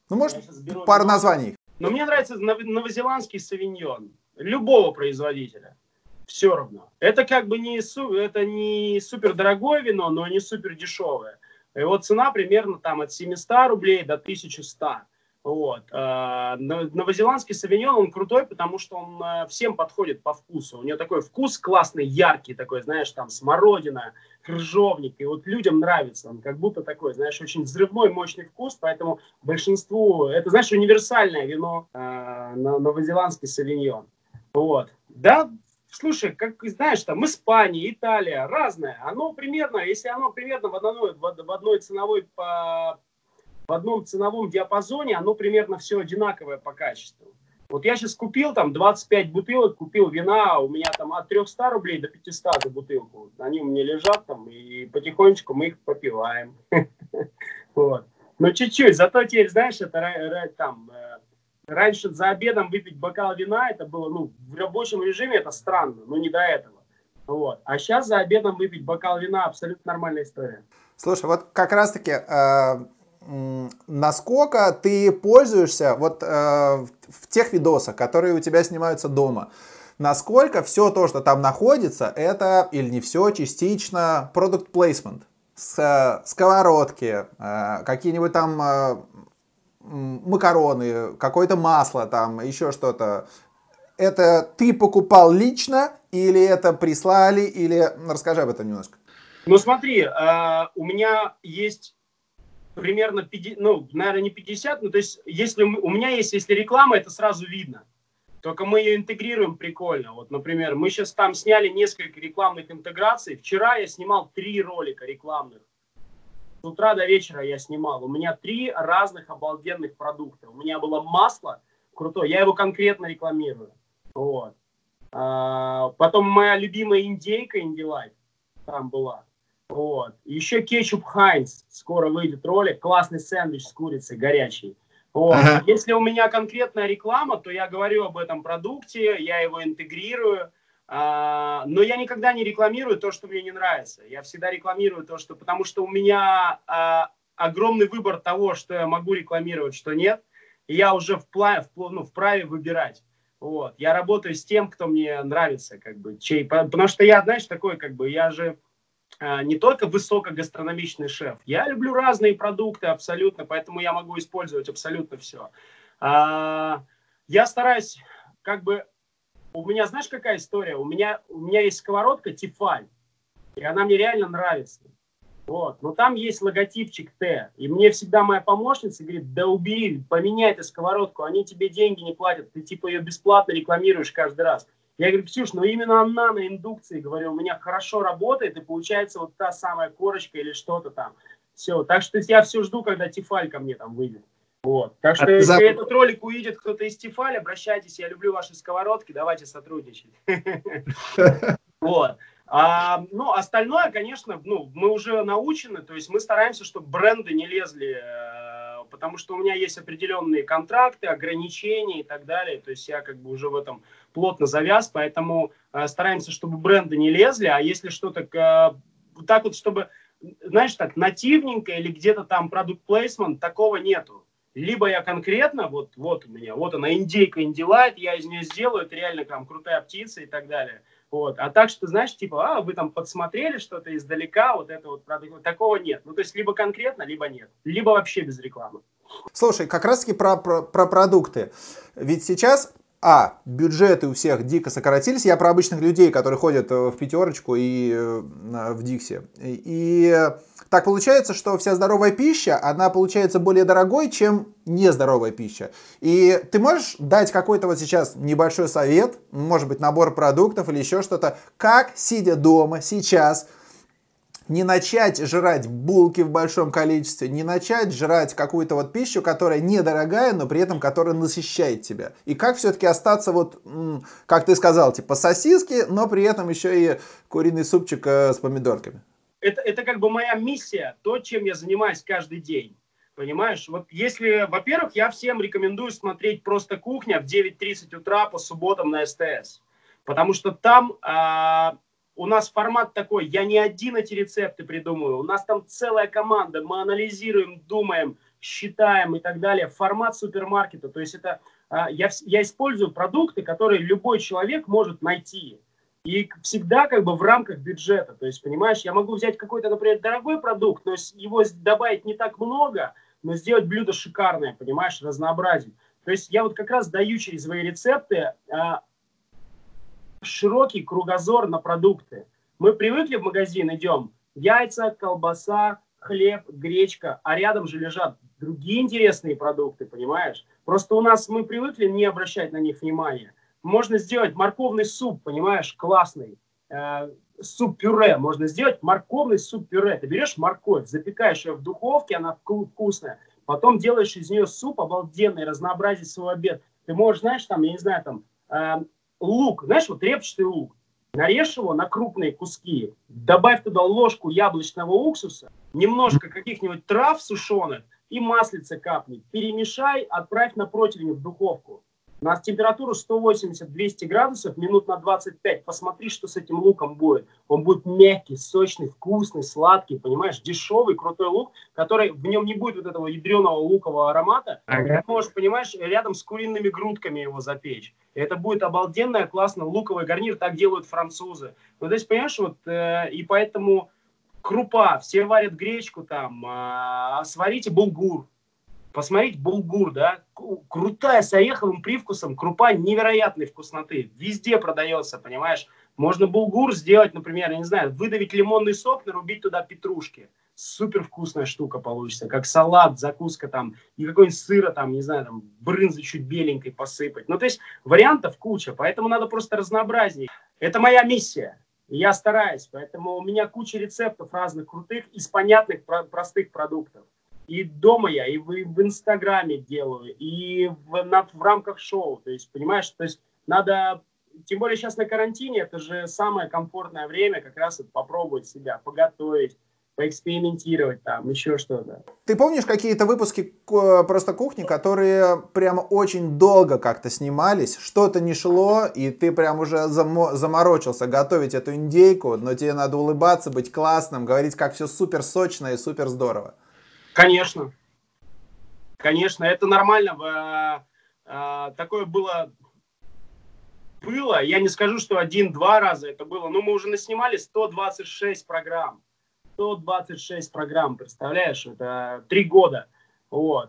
Ну, может, пару названий. Но мне нравится новозеландский савиньон. Любого производителя. Все равно. Это как бы не, это не супер дорогое вино, но не супер дешевое. Его цена примерно там от семисот рублей до тысячи ста. Вот. Новозеландский савиньон, он крутой, потому что он всем подходит по вкусу. У него такой вкус классный, яркий такой, знаешь, там смородина, крыжовник. И вот людям нравится. Он как будто такой, знаешь, очень взрывной, мощный вкус. Поэтому большинству, это, знаешь, универсальное вино, новозеландский савиньон. Вот. Да, слушай, как знаешь, там Испания, Италия, разное. Оно примерно, если оно примерно в одной, в одной ценовой по в одном ценовом диапазоне, оно примерно все одинаковое по качеству. Вот я сейчас купил там двадцать пять бутылок, купил вина, у меня там от трёхсот рублей до пятисот за бутылку. Они у меня лежат там, и потихонечку мы их попиваем. Вот. Но чуть-чуть, зато теперь, знаешь, это там... Раньше за обедом выпить бокал вина, это было, ну, в рабочем режиме это странно, но не до этого. Вот. А сейчас за обедом выпить бокал вина абсолютно нормальная история. Слушай, вот как раз-таки... Э... Насколько ты пользуешься вот э, в тех видосах, которые у тебя снимаются дома, насколько все то, что там находится, это или не все, частично product placement, с, э, сковородки, э, какие-нибудь там э, макароны, какое-то масло, там еще что-то. Это ты покупал лично или это прислали, или расскажи об этом немножко. Ну смотри, э, у меня есть примерно пятьдесят, ну, наверное, не пятьдесят, но то есть, если у меня есть, если реклама, это сразу видно. Только мы ее интегрируем прикольно. Вот, например, мы сейчас там сняли несколько рекламных интеграций. Вчера я снимал три ролика рекламных. С утра до вечера я снимал. У меня три разных обалденных продукта. У меня было масло крутое, я его конкретно рекламирую. Вот. А, потом моя любимая индейка Indie Life там была. Вот. Еще кетчуп Хайнц. Скоро выйдет ролик. Классный сэндвич с курицей, горячий. Вот. Ага. Если у меня конкретная реклама, то я говорю об этом продукте, я его интегрирую. А, но я никогда не рекламирую то, что мне не нравится. Я всегда рекламирую то, что... Потому что у меня а, огромный выбор того, что я могу рекламировать, что нет. И я уже вплаве, ну, вправе выбирать. Вот. Я работаю с тем, кто мне нравится. Как бы, чей, потому что я, знаешь, такой, как бы, я же... не только высокогастрономичный шеф. Я люблю разные продукты абсолютно, поэтому я могу использовать абсолютно все. Я стараюсь, как бы, у меня, знаешь, какая история? У меня, у меня есть сковородка Тефаль, и она мне реально нравится. Вот. Но там есть логотипчик Т, и мне всегда моя помощница говорит: да убери, поменяй эту сковородку, они тебе деньги не платят, ты типа ее бесплатно рекламируешь каждый раз. Я говорю: Ксюш, ну именно она на индукции, говорю, у меня хорошо работает, и получается вот та самая корочка или что-то там. Все, так что я все жду, когда Тефаль ко мне там выйдет. Вот. Так что, а если за... этот ролик увидит кто-то из Тефаль, обращайтесь, я люблю ваши сковородки, давайте сотрудничать. Вот. А, ну, остальное, конечно, ну, мы уже научены, то есть мы стараемся, чтобы бренды не лезли, потому что у меня есть определенные контракты, ограничения и так далее, то есть я как бы уже в этом плотно завяз, поэтому стараемся, чтобы бренды не лезли, а если что-то так вот, чтобы, знаешь, так нативненько или где-то там продукт плейсмент, такого нету. Либо я конкретно, вот, вот у меня, вот она, индейка Indie Life, я из нее сделаю, это реально там крутая птица и так далее. Вот. А так что, знаешь, типа, а, вы там подсмотрели что-то издалека, вот это вот, такого нет. Ну, то есть, либо конкретно, либо нет. Либо вообще без рекламы. Слушай, как раз-таки про, про, про продукты. Ведь сейчас, а, бюджеты у всех дико сократились. Я про обычных людей, которые ходят в пятерочку и в Дикси. И так получается, что вся здоровая пища, она получается более дорогой, чем нездоровая пища. И ты можешь дать какой-то вот сейчас небольшой совет, может быть, набор продуктов или еще что-то, как, сидя дома сейчас, не начать жрать булки в большом количестве, не начать жрать какую-то вот пищу, которая недорогая, но при этом которая насыщает тебя. И как все-таки остаться вот, как ты сказал, типа сосиски, но при этом еще и куриный супчик с помидорками. Это, это как бы моя миссия, то, чем я занимаюсь каждый день. Понимаешь? Вот если, во-первых, я всем рекомендую смотреть «Просто кухня» в девять тридцать утра по субботам на СТС. Потому что там а, у нас формат такой, я не один эти рецепты придумываю. У нас там целая команда, мы анализируем, думаем, считаем и так далее. Формат супермаркета, то есть это я, я использую продукты, которые любой человек может найти. И всегда как бы в рамках бюджета. То есть, понимаешь, я могу взять какой-то, например, дорогой продукт, но его добавить не так много, но сделать блюдо шикарное, понимаешь, разнообразить. То есть я вот как раз даю через свои рецепты э, широкий кругозор на продукты. Мы привыкли в магазин, идем, яйца, колбаса, хлеб, гречка, а рядом же лежат другие интересные продукты, понимаешь? Просто у нас мы привыкли не обращать на них внимания. Можно сделать морковный суп, понимаешь, классный. Э, суп-пюре можно сделать, морковный суп-пюре. Ты берешь морковь, запекаешь ее в духовке, она вкусная. Потом делаешь из нее суп обалденный, разнообразить свой обед. Ты можешь, знаешь, там, я не знаю, там, э, лук, знаешь, вот репчатый лук. Нарежь его на крупные куски, добавь туда ложку яблочного уксуса, немножко каких-нибудь трав сушеных и маслица капни. Перемешай, отправь на противень в духовку. На температуру сто восемьдесят - двести градусов, минут на двадцать пять. Посмотри, что с этим луком будет. Он будет мягкий, сочный, вкусный, сладкий, понимаешь, дешевый, крутой лук, который, в нем не будет вот этого ядреного лукового аромата. Ага. Ты можешь, понимаешь, рядом с куриными грудками его запечь. И это будет обалденная, классная луковый гарнир, так делают французы. Ну, то есть, понимаешь, вот, э, и поэтому крупа, все варят гречку там, э, сварите булгур. Посмотреть булгур, да, крутая, с ореховым привкусом, крупа невероятной вкусноты, везде продается, понимаешь. Можно булгур сделать, например, я не знаю, выдавить лимонный сок, нарубить туда петрушки. Супер вкусная штука получится, как салат, закуска там, и какой-нибудь сыра там, не знаю, там, брынзы чуть беленькой посыпать. Ну, то есть вариантов куча, поэтому надо просто разнообразнее. Это моя миссия, и я стараюсь, поэтому у меня куча рецептов разных крутых из понятных, простых продуктов. И дома я, и в, в Инстаграме делаю, и в, на, в рамках шоу. То есть, понимаешь, то есть надо, тем более сейчас на карантине, это же самое комфортное время как раз вот попробовать себя, поготовить, поэкспериментировать там, еще что-то. Ты помнишь какие-то выпуски «Просто кухни», которые прямо очень долго как-то снимались, что-то не шло, и ты прям уже замо- заморочился готовить эту индейку, но тебе надо улыбаться, быть классным, говорить, как все супер сочно и супер здорово? Конечно, конечно, это нормально. Такое было, было. Я не скажу, что один-два раза это было, но мы уже наснимали сто двадцать шесть программ. сто двадцать шесть программ, представляешь? Это три года. Вот.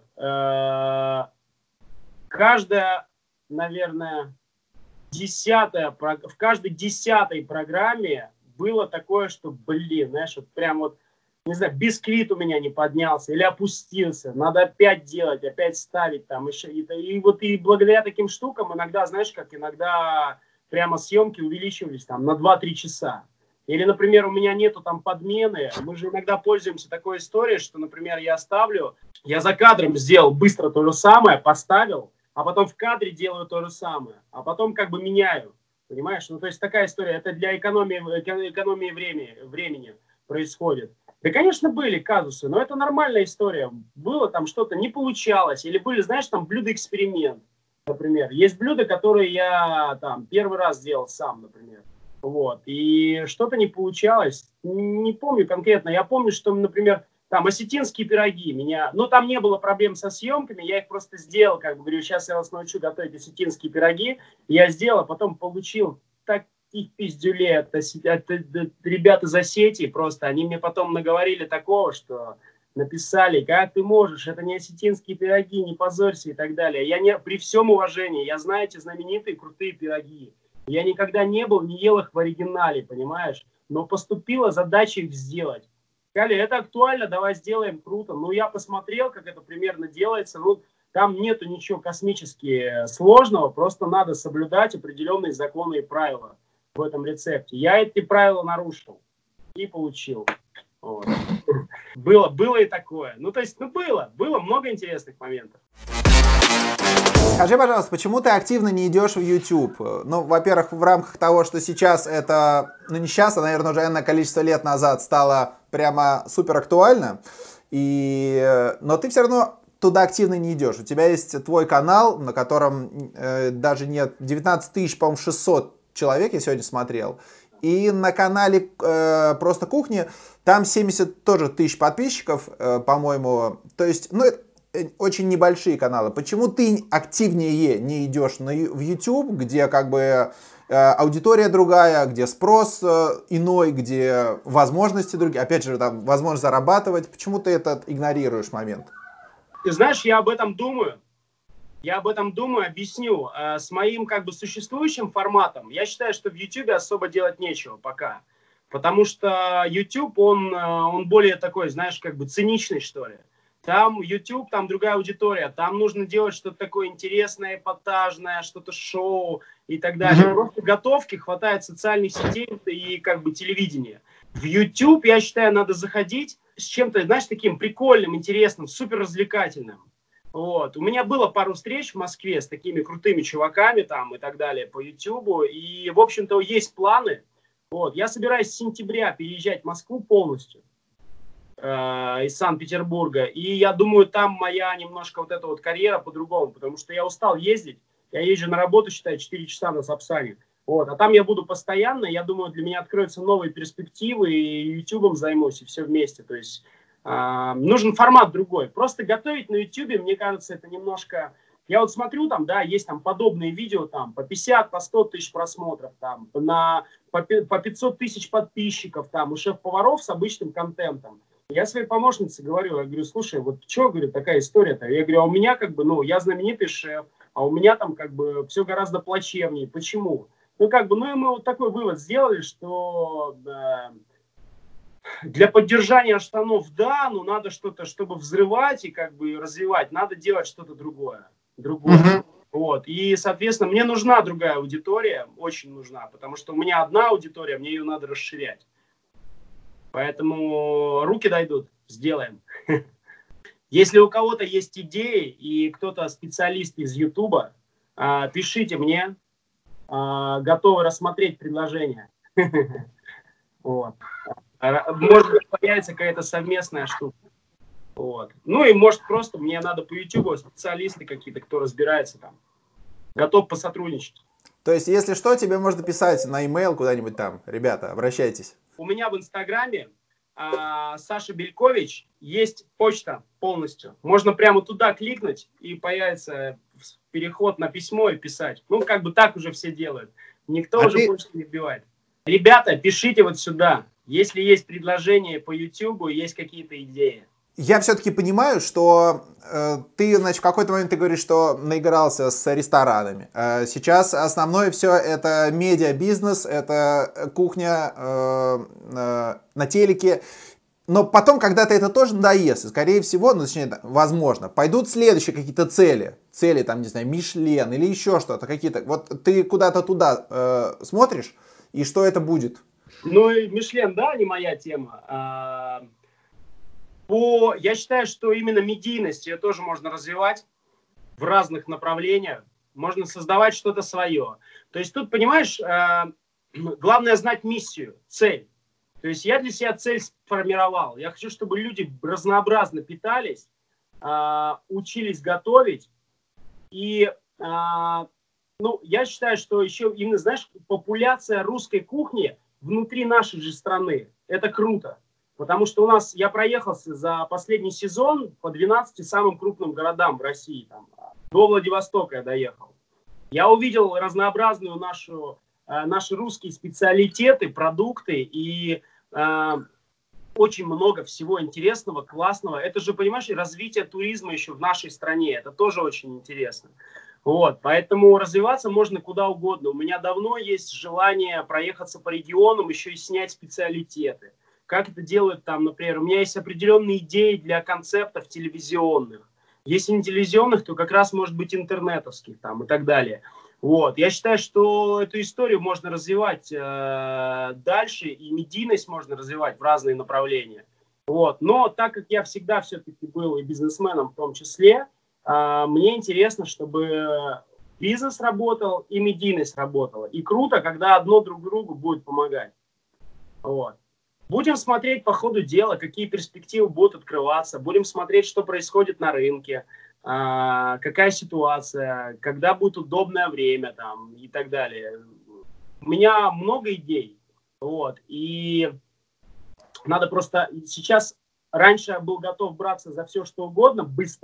Каждая, наверное, десятая, в каждой десятой программе было такое, что, блин, знаешь, вот прям вот, не знаю, бисквит у меня не поднялся или опустился, надо опять делать, опять ставить там еще. И, и вот и благодаря таким штукам иногда, знаешь, как иногда прямо съемки увеличивались там на два-три часа. Или, например, у меня нету там подмены, мы же иногда пользуемся такой историей, что, например, я ставлю, я за кадром сделал быстро то же самое, поставил, а потом в кадре делаю то же самое, а потом как бы меняю, понимаешь? Ну, то есть такая история, это для экономии, экономии времени, времени происходит. Да, конечно, были казусы, но это нормальная история. Было там что-то, не получалось. Или были, знаешь, там блюдо-эксперимент, например. Есть блюда, которые я там первый раз делал сам, например. Вот. И что-то не получалось. Не помню конкретно. Я помню, что, например, там осетинские пироги. Меня... Ну, там не было проблем со съемками. Я их просто сделал. Как бы говорю, сейчас я вас научу готовить осетинские пироги. Я сделал, а потом получил так их пиздюлей от, от, от, от ребят из Осетии просто. Они мне потом наговорили такого, что написали, как ты можешь, это не осетинские пироги, не позорься и так далее. Я не, при всем уважении, я знаю эти знаменитые крутые пироги. Я никогда не был, не ел их в оригинале, понимаешь? Но поступила задача их сделать. Сказали, это актуально, давай сделаем, круто. Ну, я посмотрел, как это примерно делается. Ну, там нету ничего космически сложного, просто надо соблюдать определенные законы и правила в этом рецепте. Я эти правила нарушил и получил. Вот. Было, было и такое. Ну, то есть, ну, было, было много интересных моментов. Скажи, пожалуйста, почему ты активно не идешь в YouTube? Ну, во-первых, в рамках того, что сейчас это, ну, не сейчас, а, наверное, уже энное количество лет назад стало прямо супер актуально. И... Но ты все равно туда активно не идешь. У тебя есть твой канал, на котором э, даже нет девятнадцать тысяч, по-моему, шестьсот человек, я сегодня смотрел. И на канале э, «Просто кухни» там семьдесят тоже тысяч подписчиков, э, по-моему. То есть, ну, это, очень небольшие каналы. Почему ты активнее не идешь на, в YouTube, где как бы аудитория другая, где спрос иной, где возможности другие, опять же, там возможность зарабатывать. Почему ты этот игнорируешь момент? Ты знаешь, я об этом думаю. Я об этом думаю, объясню. С моим как бы существующим форматом, я считаю, что в YouTube особо делать нечего пока. Потому что YouTube, он, он более такой, знаешь, как бы циничный, что ли. Там YouTube, там другая аудитория, там нужно делать что-то такое интересное, эпатажное, что-то шоу и так далее. Просто готовки хватает социальных сетей и как бы телевидения. В YouTube, я считаю, надо заходить с чем-то, знаешь, таким прикольным, интересным, супер развлекательным. Вот. У меня было пару встреч в Москве с такими крутыми чуваками там и так далее по YouTube. И, в общем-то, есть планы. Вот. Я собираюсь с сентября переезжать в Москву полностью. Из Санкт-Петербурга. И я думаю, там моя немножко вот эта вот карьера по-другому, потому что я устал ездить. Я езжу на работу, считай, четыре часа на Сапсане. Вот. А там я буду постоянно. Я думаю, для меня откроются новые перспективы, и ютубом займусь, и все вместе. То есть э, нужен формат другой. Просто готовить на ютубе, мне кажется, это немножко... Я вот смотрю, там, да, есть там подобные видео, там, по пятьдесят, по сто тысяч просмотров, там, на, по, по пятьсот тысяч подписчиков, там, у шеф-поваров с обычным контентом. Я своей помощнице говорю, я говорю, слушай, вот что, говорю, такая история-то? Я говорю, а у меня как бы, ну, я знаменитый шеф, а у меня там как бы все гораздо плачевнее. Почему? Ну, как бы, ну, и мы вот такой вывод сделали, что э, для поддержания штанов, да, но надо что-то, чтобы взрывать и как бы развивать, надо делать что-то другое. Другое. Mm-hmm. Вот. И, соответственно, мне нужна другая аудитория, очень нужна, потому что у меня одна аудитория, мне ее надо расширять. Поэтому руки дойдут, сделаем. Если у кого-то есть идеи и кто-то специалист из Ютуба, пишите мне, готовы рассмотреть предложение. Вот. Может быть, появится какая-то совместная штука. Вот. Ну и может просто мне надо по Ютубу специалисты какие-то, кто разбирается там. Готов посотрудничать. То есть, если что, тебе можно писать на e-mail куда-нибудь там. Ребята, обращайтесь. У меня в Инстаграме а, Саша Белькович есть почта полностью. Можно прямо туда кликнуть, и появится переход на письмо и писать. Ну, как бы так уже все делают. Никто а уже ты... почту не вбивает. Ребята, пишите вот сюда. Если есть предложения по Ютубу, есть какие-то идеи. Я все-таки понимаю, что э, ты, значит, в какой-то момент ты говоришь, что наигрался с ресторанами. Э, сейчас основное все это медиа-бизнес, это кухня э, э, на телеке. Но потом когда-то это тоже надоест. И, скорее всего, ну, точнее, возможно, пойдут следующие какие-то цели. Цели, там, не знаю, Мишлен или еще что-то. Какие-то. Вот ты куда-то туда э, смотришь, и что это будет? Ну, и Мишлен, да, не моя тема. А... По, я считаю, что именно медийность ее тоже можно развивать в разных направлениях. Можно создавать что-то свое. То есть тут, понимаешь, э, главное знать миссию, цель. То есть я для себя цель сформировал. Я хочу, чтобы люди разнообразно питались, э, учились готовить. И э, ну, я считаю, что еще именно, знаешь, популяция русской кухни внутри нашей же страны. Это круто. Потому что у нас, я проехался за последний сезон по двенадцати самым крупным городам в России. Там, до Владивостока я доехал. Я увидел разнообразную нашу, э, наши русские специалитеты, продукты и э, очень много всего интересного, классного. Это же, понимаешь, развитие туризма еще в нашей стране. Это тоже очень интересно. Вот, поэтому развиваться можно куда угодно. У меня давно есть желание проехаться по регионам, еще и снять специалитеты. Как это делают там, например, у меня есть определенные идеи для концептов телевизионных. Если не телевизионных, то как раз может быть интернетовских там и так далее. Вот. Я считаю, что эту историю можно развивать э, дальше, и медийность можно развивать в разные направления. Вот. Но так как я всегда все-таки был и бизнесменом в том числе, э, мне интересно, чтобы бизнес работал и медийность работала. И круто, когда одно друг другу будет помогать. Вот. Будем смотреть по ходу дела, какие перспективы будут открываться. Будем смотреть, что происходит на рынке, э, какая ситуация, когда будет удобное время там, и так далее. У меня много идей. Вот, и надо просто... Сейчас раньше я был готов браться за все, что угодно, быстро.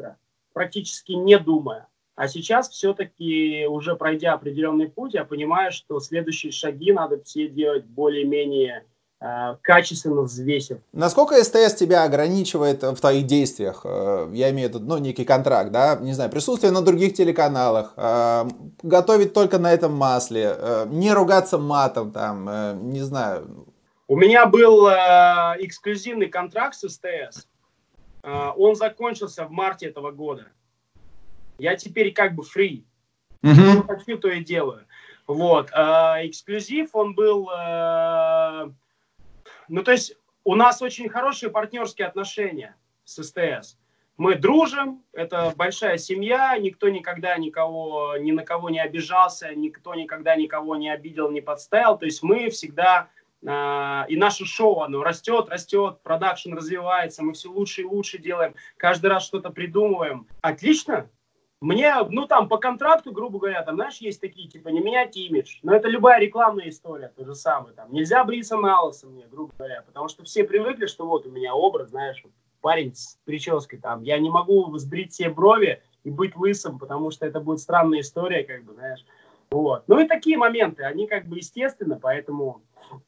практически не думая. А сейчас все-таки, уже пройдя определенный путь, я понимаю, что следующие шаги надо все делать более-менее э, качественно взвесив. Насколько СТС тебя ограничивает в твоих действиях? Я имею в виду, ну, некий контракт, да, не знаю, присутствие на других телеканалах, э, готовить только на этом масле, э, не ругаться матом, там, э, не знаю. У меня был э, эксклюзивный контракт с СТС. Э, он закончился в марте этого года. Я теперь как бы фри. Угу. Что хочу, то и делаю. Вот. Э, эксклюзив, он был... Э, ну, то есть, у нас очень хорошие партнерские отношения с СТС. Мы дружим, это большая семья, никто никогда никого, ни на кого не обижался, никто никогда никого не обидел, не подставил. То есть, мы всегда... Э, и наше шоу, оно растет, растет, продакшн развивается, мы все лучше и лучше делаем, каждый раз что-то придумываем. Отлично. Мне, ну там, по контракту, грубо говоря, там, знаешь, есть такие, типа, не менять имидж. Но это любая рекламная история, то же самое. Там, нельзя бриться на лысо мне, грубо говоря, потому что все привыкли, что вот у меня образ, знаешь, парень с прической, там, я не могу сбрить себе брови и быть лысым, потому что это будет странная история, как бы, знаешь. Вот. Ну и такие моменты, они как бы естественны, поэтому...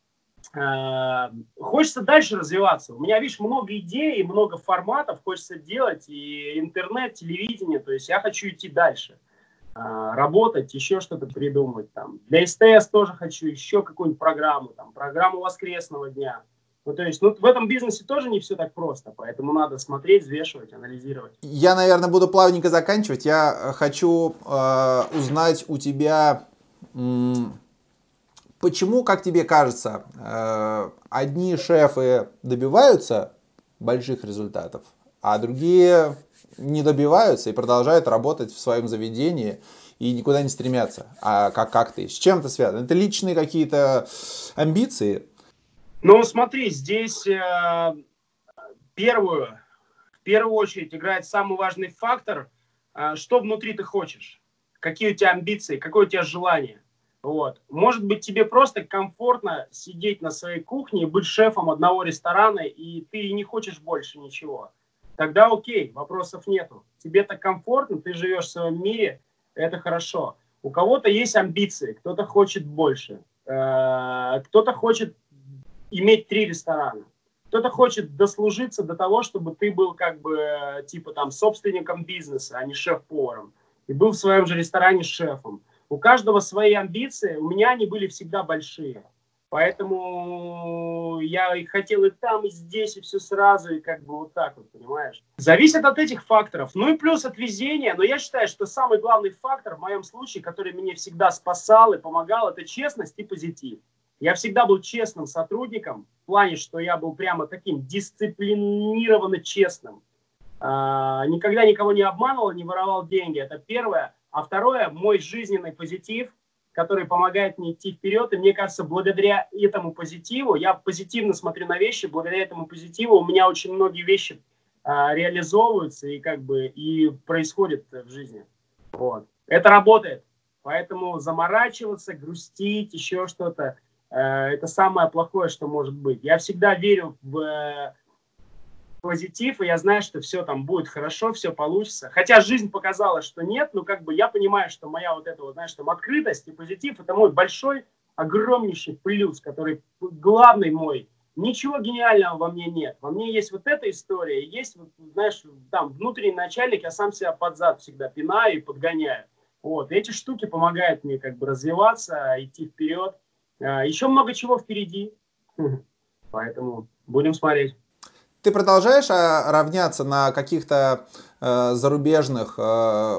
Хочется дальше развиваться. У меня, видишь, много идей, много форматов хочется делать, и интернет, телевидение, то есть я хочу идти дальше, работать, еще что-то придумать. Там. Для СТС тоже хочу еще какую-нибудь программу, там, программу воскресного дня. Ну, то есть, ну, в этом бизнесе тоже не все так просто, поэтому надо смотреть, взвешивать, анализировать. Я, наверное, буду плавненько заканчивать. Я хочу э, узнать у тебя... М- Почему, как тебе кажется, одни шефы добиваются больших результатов, а другие не добиваются и продолжают работать в своем заведении и никуда не стремятся? А как, как ты? С чем это связано? Это личные какие-то амбиции? Ну, смотри, здесь э, первую, в первую очередь играет самый важный фактор, э, что внутри ты хочешь, какие у тебя амбиции, какое у тебя желание. Вот. Может быть, тебе просто комфортно сидеть на своей кухне и быть шефом одного ресторана, и ты не хочешь больше ничего. Тогда окей, вопросов нету. Тебе так комфортно, ты живешь в своем мире, это хорошо. У кого-то есть амбиции, кто-то хочет больше, кто-то хочет иметь три ресторана, кто-то хочет дослужиться до того, чтобы ты был как бы типа там собственником бизнеса, а не шеф-поваром, и был в своем же ресторане шефом. У каждого свои амбиции, у меня они были всегда большие. Поэтому я и хотел и там, и здесь, и все сразу, и как бы вот так вот, понимаешь. Зависит от этих факторов. Ну и плюс от везения. Но я считаю, что самый главный фактор в моем случае, который меня всегда спасал и помогал, это честность и позитив. Я всегда был честным сотрудником, в плане, что я был прямо таким дисциплинированно честным. А, никогда никого не обманывал, не воровал деньги. Это первое. А второе, мой жизненный позитив, который помогает мне идти вперед. И мне кажется, благодаря этому позитиву, я позитивно смотрю на вещи, благодаря этому позитиву у меня очень многие вещи а, реализовываются и как бы и происходят в жизни. Вот. Это работает. Поэтому заморачиваться, грустить, еще что-то, э, это самое плохое, что может быть. Я всегда верю в... Э, позитив, и я знаю, что все там будет хорошо, все получится. Хотя жизнь показала, что нет, но как бы я понимаю, что моя вот эта вот, знаешь, там открытость и позитив, это мой большой, огромнейший плюс, который главный мой. Ничего гениального во мне нет. Во мне есть вот эта история, есть, вот, знаешь, там внутренний начальник, я сам себя под зад всегда пинаю и подгоняю. Вот. И эти штуки помогают мне как бы развиваться, идти вперед. Еще много чего впереди. Поэтому будем смотреть. Ты продолжаешь а, равняться на каких-то э, зарубежных э,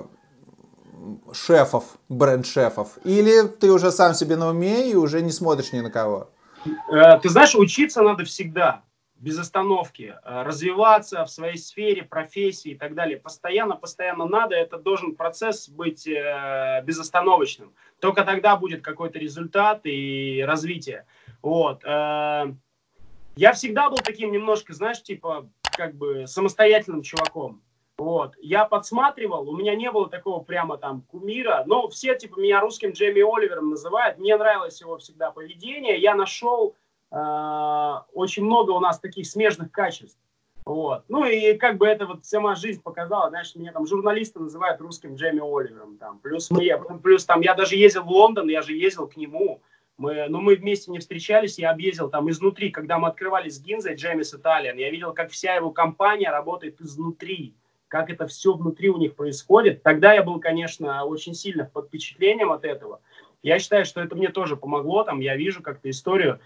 шефов, бренд-шефов? Или ты уже сам себе на уме и уже не смотришь ни на кого? Э, ты знаешь, учиться надо всегда, без остановки. Э, развиваться в своей сфере, профессии и так далее. Постоянно, постоянно надо. Это должен процесс быть э, безостановочным. Только тогда будет какой-то результат и развитие. Вот. Э, Я всегда был таким немножко, знаешь, типа, как бы самостоятельным чуваком. Вот. Я подсматривал, у меня не было такого прямо там кумира. Но все, типа, меня русским Джейми Оливером называют. Мне нравилось его всегда поведение. Я нашел э, очень много у нас таких смежных качеств. Вот. Ну и как бы это вот сама жизнь показала, знаешь, меня там журналисты называют русским Джейми Оливером, там, плюс мы, плюс там, я даже ездил в Лондон, я же ездил к нему, мы, но мы вместе не встречались, я объездил там изнутри, когда мы открывались с Гинзой, Джеймис Италиан, я видел, как вся его компания работает изнутри, как это все внутри у них происходит. Тогда я был, конечно, очень сильно под впечатлением от этого. Я считаю, что это мне тоже помогло, там, я вижу как-то историю.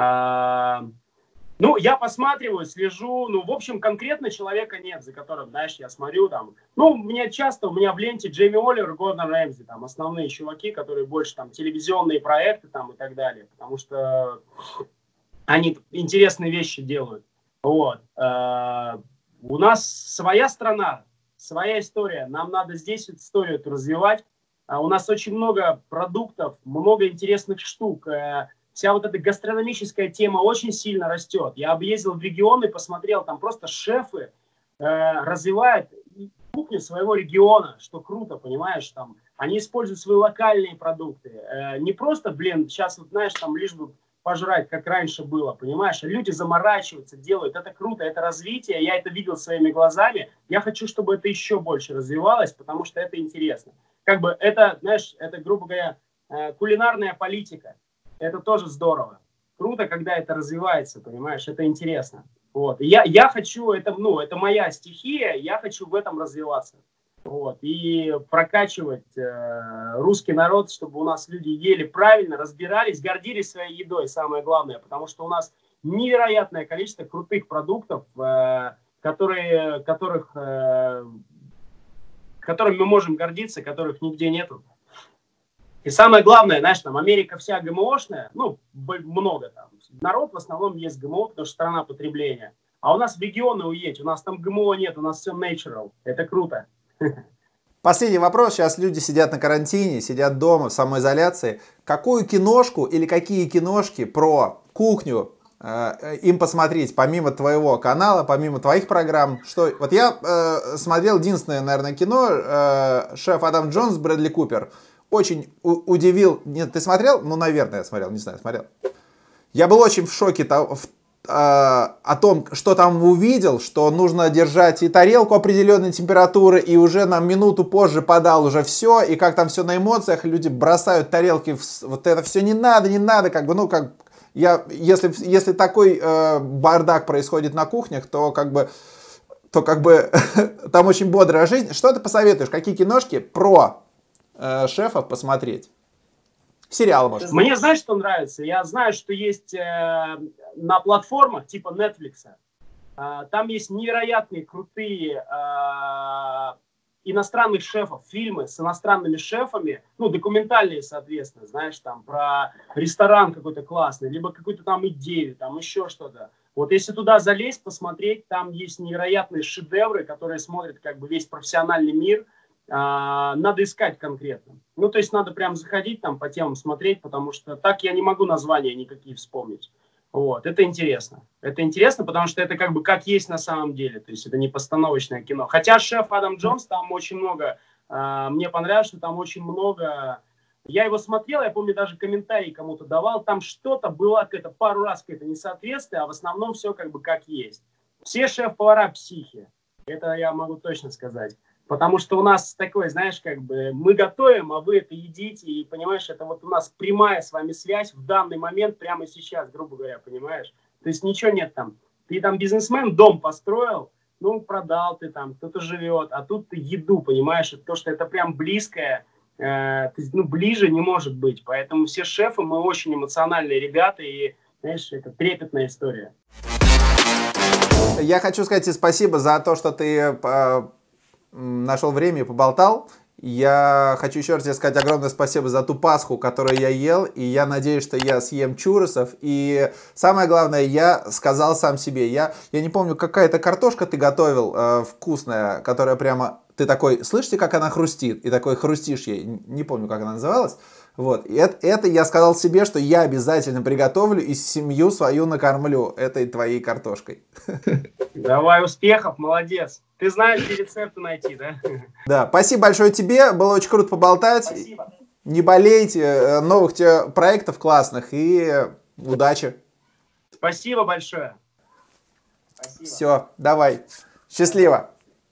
Ну, я посматриваю, слежу, ну, в общем, конкретно человека нет, за которым, знаешь, я смотрю там, ну, у меня часто, у меня в ленте Джейми Оливер, Гордон Рэмзи, там, основные чуваки, которые больше там телевизионные проекты там и так далее, потому что они интересные вещи делают, вот. У нас своя страна, своя история, нам надо здесь историю эту развивать, у нас очень много продуктов, много интересных штук. Вся вот эта гастрономическая тема очень сильно растет. Я объездил в регионы, посмотрел, там просто шефы э, развивают кухню своего региона, что круто, понимаешь, там. Они используют свои локальные продукты. Э, не просто, блин, сейчас вот, знаешь, там лишь бы пожрать, как раньше было, понимаешь. А люди заморачиваются, делают. Это круто, это развитие. Я это видел своими глазами. Я хочу, чтобы это еще больше развивалось, потому что это интересно. Как бы это, знаешь, это, грубо говоря, э, кулинарная политика. Это тоже здорово. Круто, когда это развивается, понимаешь, это интересно. Вот. И я, я хочу, это, ну, это моя стихия, я хочу в этом развиваться. Вот. И прокачивать э, русский народ, чтобы у нас люди ели правильно, разбирались, гордились своей едой, самое главное. Потому что у нас невероятное количество крутых продуктов, э, которые, которых, э, которыми мы можем гордиться, которых нигде нету. И самое главное, знаешь, там Америка вся ГМОшная, ну, много там. Народ в основном ест ГМО, потому что страна потребления. А у нас в регионы уедь, у нас там ГМО нет, у нас все natural. Это круто. Последний вопрос. Сейчас люди сидят на карантине, сидят дома в самоизоляции. Какую киношку или какие киношки про кухню э, им посмотреть, помимо твоего канала, помимо твоих программ? Что... Вот я э, смотрел единственное, наверное, кино э, «Шеф Адам Джонс», Брэдли Купер. Очень удивил. Нет, ты смотрел? Ну, наверное, я смотрел, не знаю, смотрел. Я был очень в шоке того, в, э, о том, что там увидел, что нужно держать и тарелку определенной температуры, и уже на минуту позже подал уже все, и как там все на эмоциях, люди бросают тарелки, в, вот это все не надо, не надо, как бы, ну, как, я, если, если такой э, бардак происходит на кухнях, то как бы, то как бы там очень бодрая жизнь. Что ты посоветуешь? Какие киношки про шефов посмотреть? Сериалы, может. Мне, знаешь, что нравится? Я знаю, что есть э, на платформах типа Netflix. Э, там есть невероятные, крутые э, иностранных шефов, фильмы с иностранными шефами, ну, документальные, соответственно, знаешь, там про ресторан какой-то классный, либо какую-то там идею, там еще что-то. Вот если туда залезть, посмотреть, там есть невероятные шедевры, которые смотрят как бы весь профессиональный мир. Надо искать конкретно. Ну, то есть надо прям заходить там по темам смотреть, потому что так я не могу названия никакие вспомнить. Вот, это интересно. Это интересно, потому что это как бы как есть на самом деле. То есть это не постановочное кино. Хотя «Шеф Адам Джонс», там очень много, э, мне понравилось, что там очень много. Я его смотрел, я помню, даже комментарий кому-то давал. Там что-то было, какое-то пару раз какое-то несоответствие, а в основном все как бы как есть. Все шеф-повара психи. Это я могу точно сказать. Потому что у нас такое, знаешь, как бы мы готовим, а вы это едите, и, понимаешь, это вот у нас прямая с вами связь в данный момент, прямо сейчас, грубо говоря, понимаешь? То есть ничего нет там. Ты там бизнесмен, дом построил, ну, продал ты там, кто-то живет, а тут ты еду, понимаешь? То, что это прям близкое, э, ну, ближе не может быть. Поэтому все шефы, мы очень эмоциональные ребята, и, знаешь, это трепетная история. Я хочу сказать тебе спасибо за то, что ты нашел время и поболтал. Я хочу еще раз тебе сказать огромное спасибо за ту Пасху, которую я ел, и я надеюсь, что я съем чурросов. И самое главное, я сказал сам себе, я, я не помню, какая-то картошка ты готовил э, вкусная, которая прямо, ты такой, слышите, как она хрустит? И такой хрустишь ей, не помню, как она называлась. Вот, и это, это я сказал себе, что я обязательно приготовлю и семью свою накормлю этой твоей картошкой. Давай, успехов, молодец. Ты знаешь, где рецепты найти, да? Да, спасибо большое тебе, было очень круто поболтать. Спасибо. Не болейте, новых тебе проектов классных и удачи. Спасибо большое. Спасибо. Все, давай. Счастливо.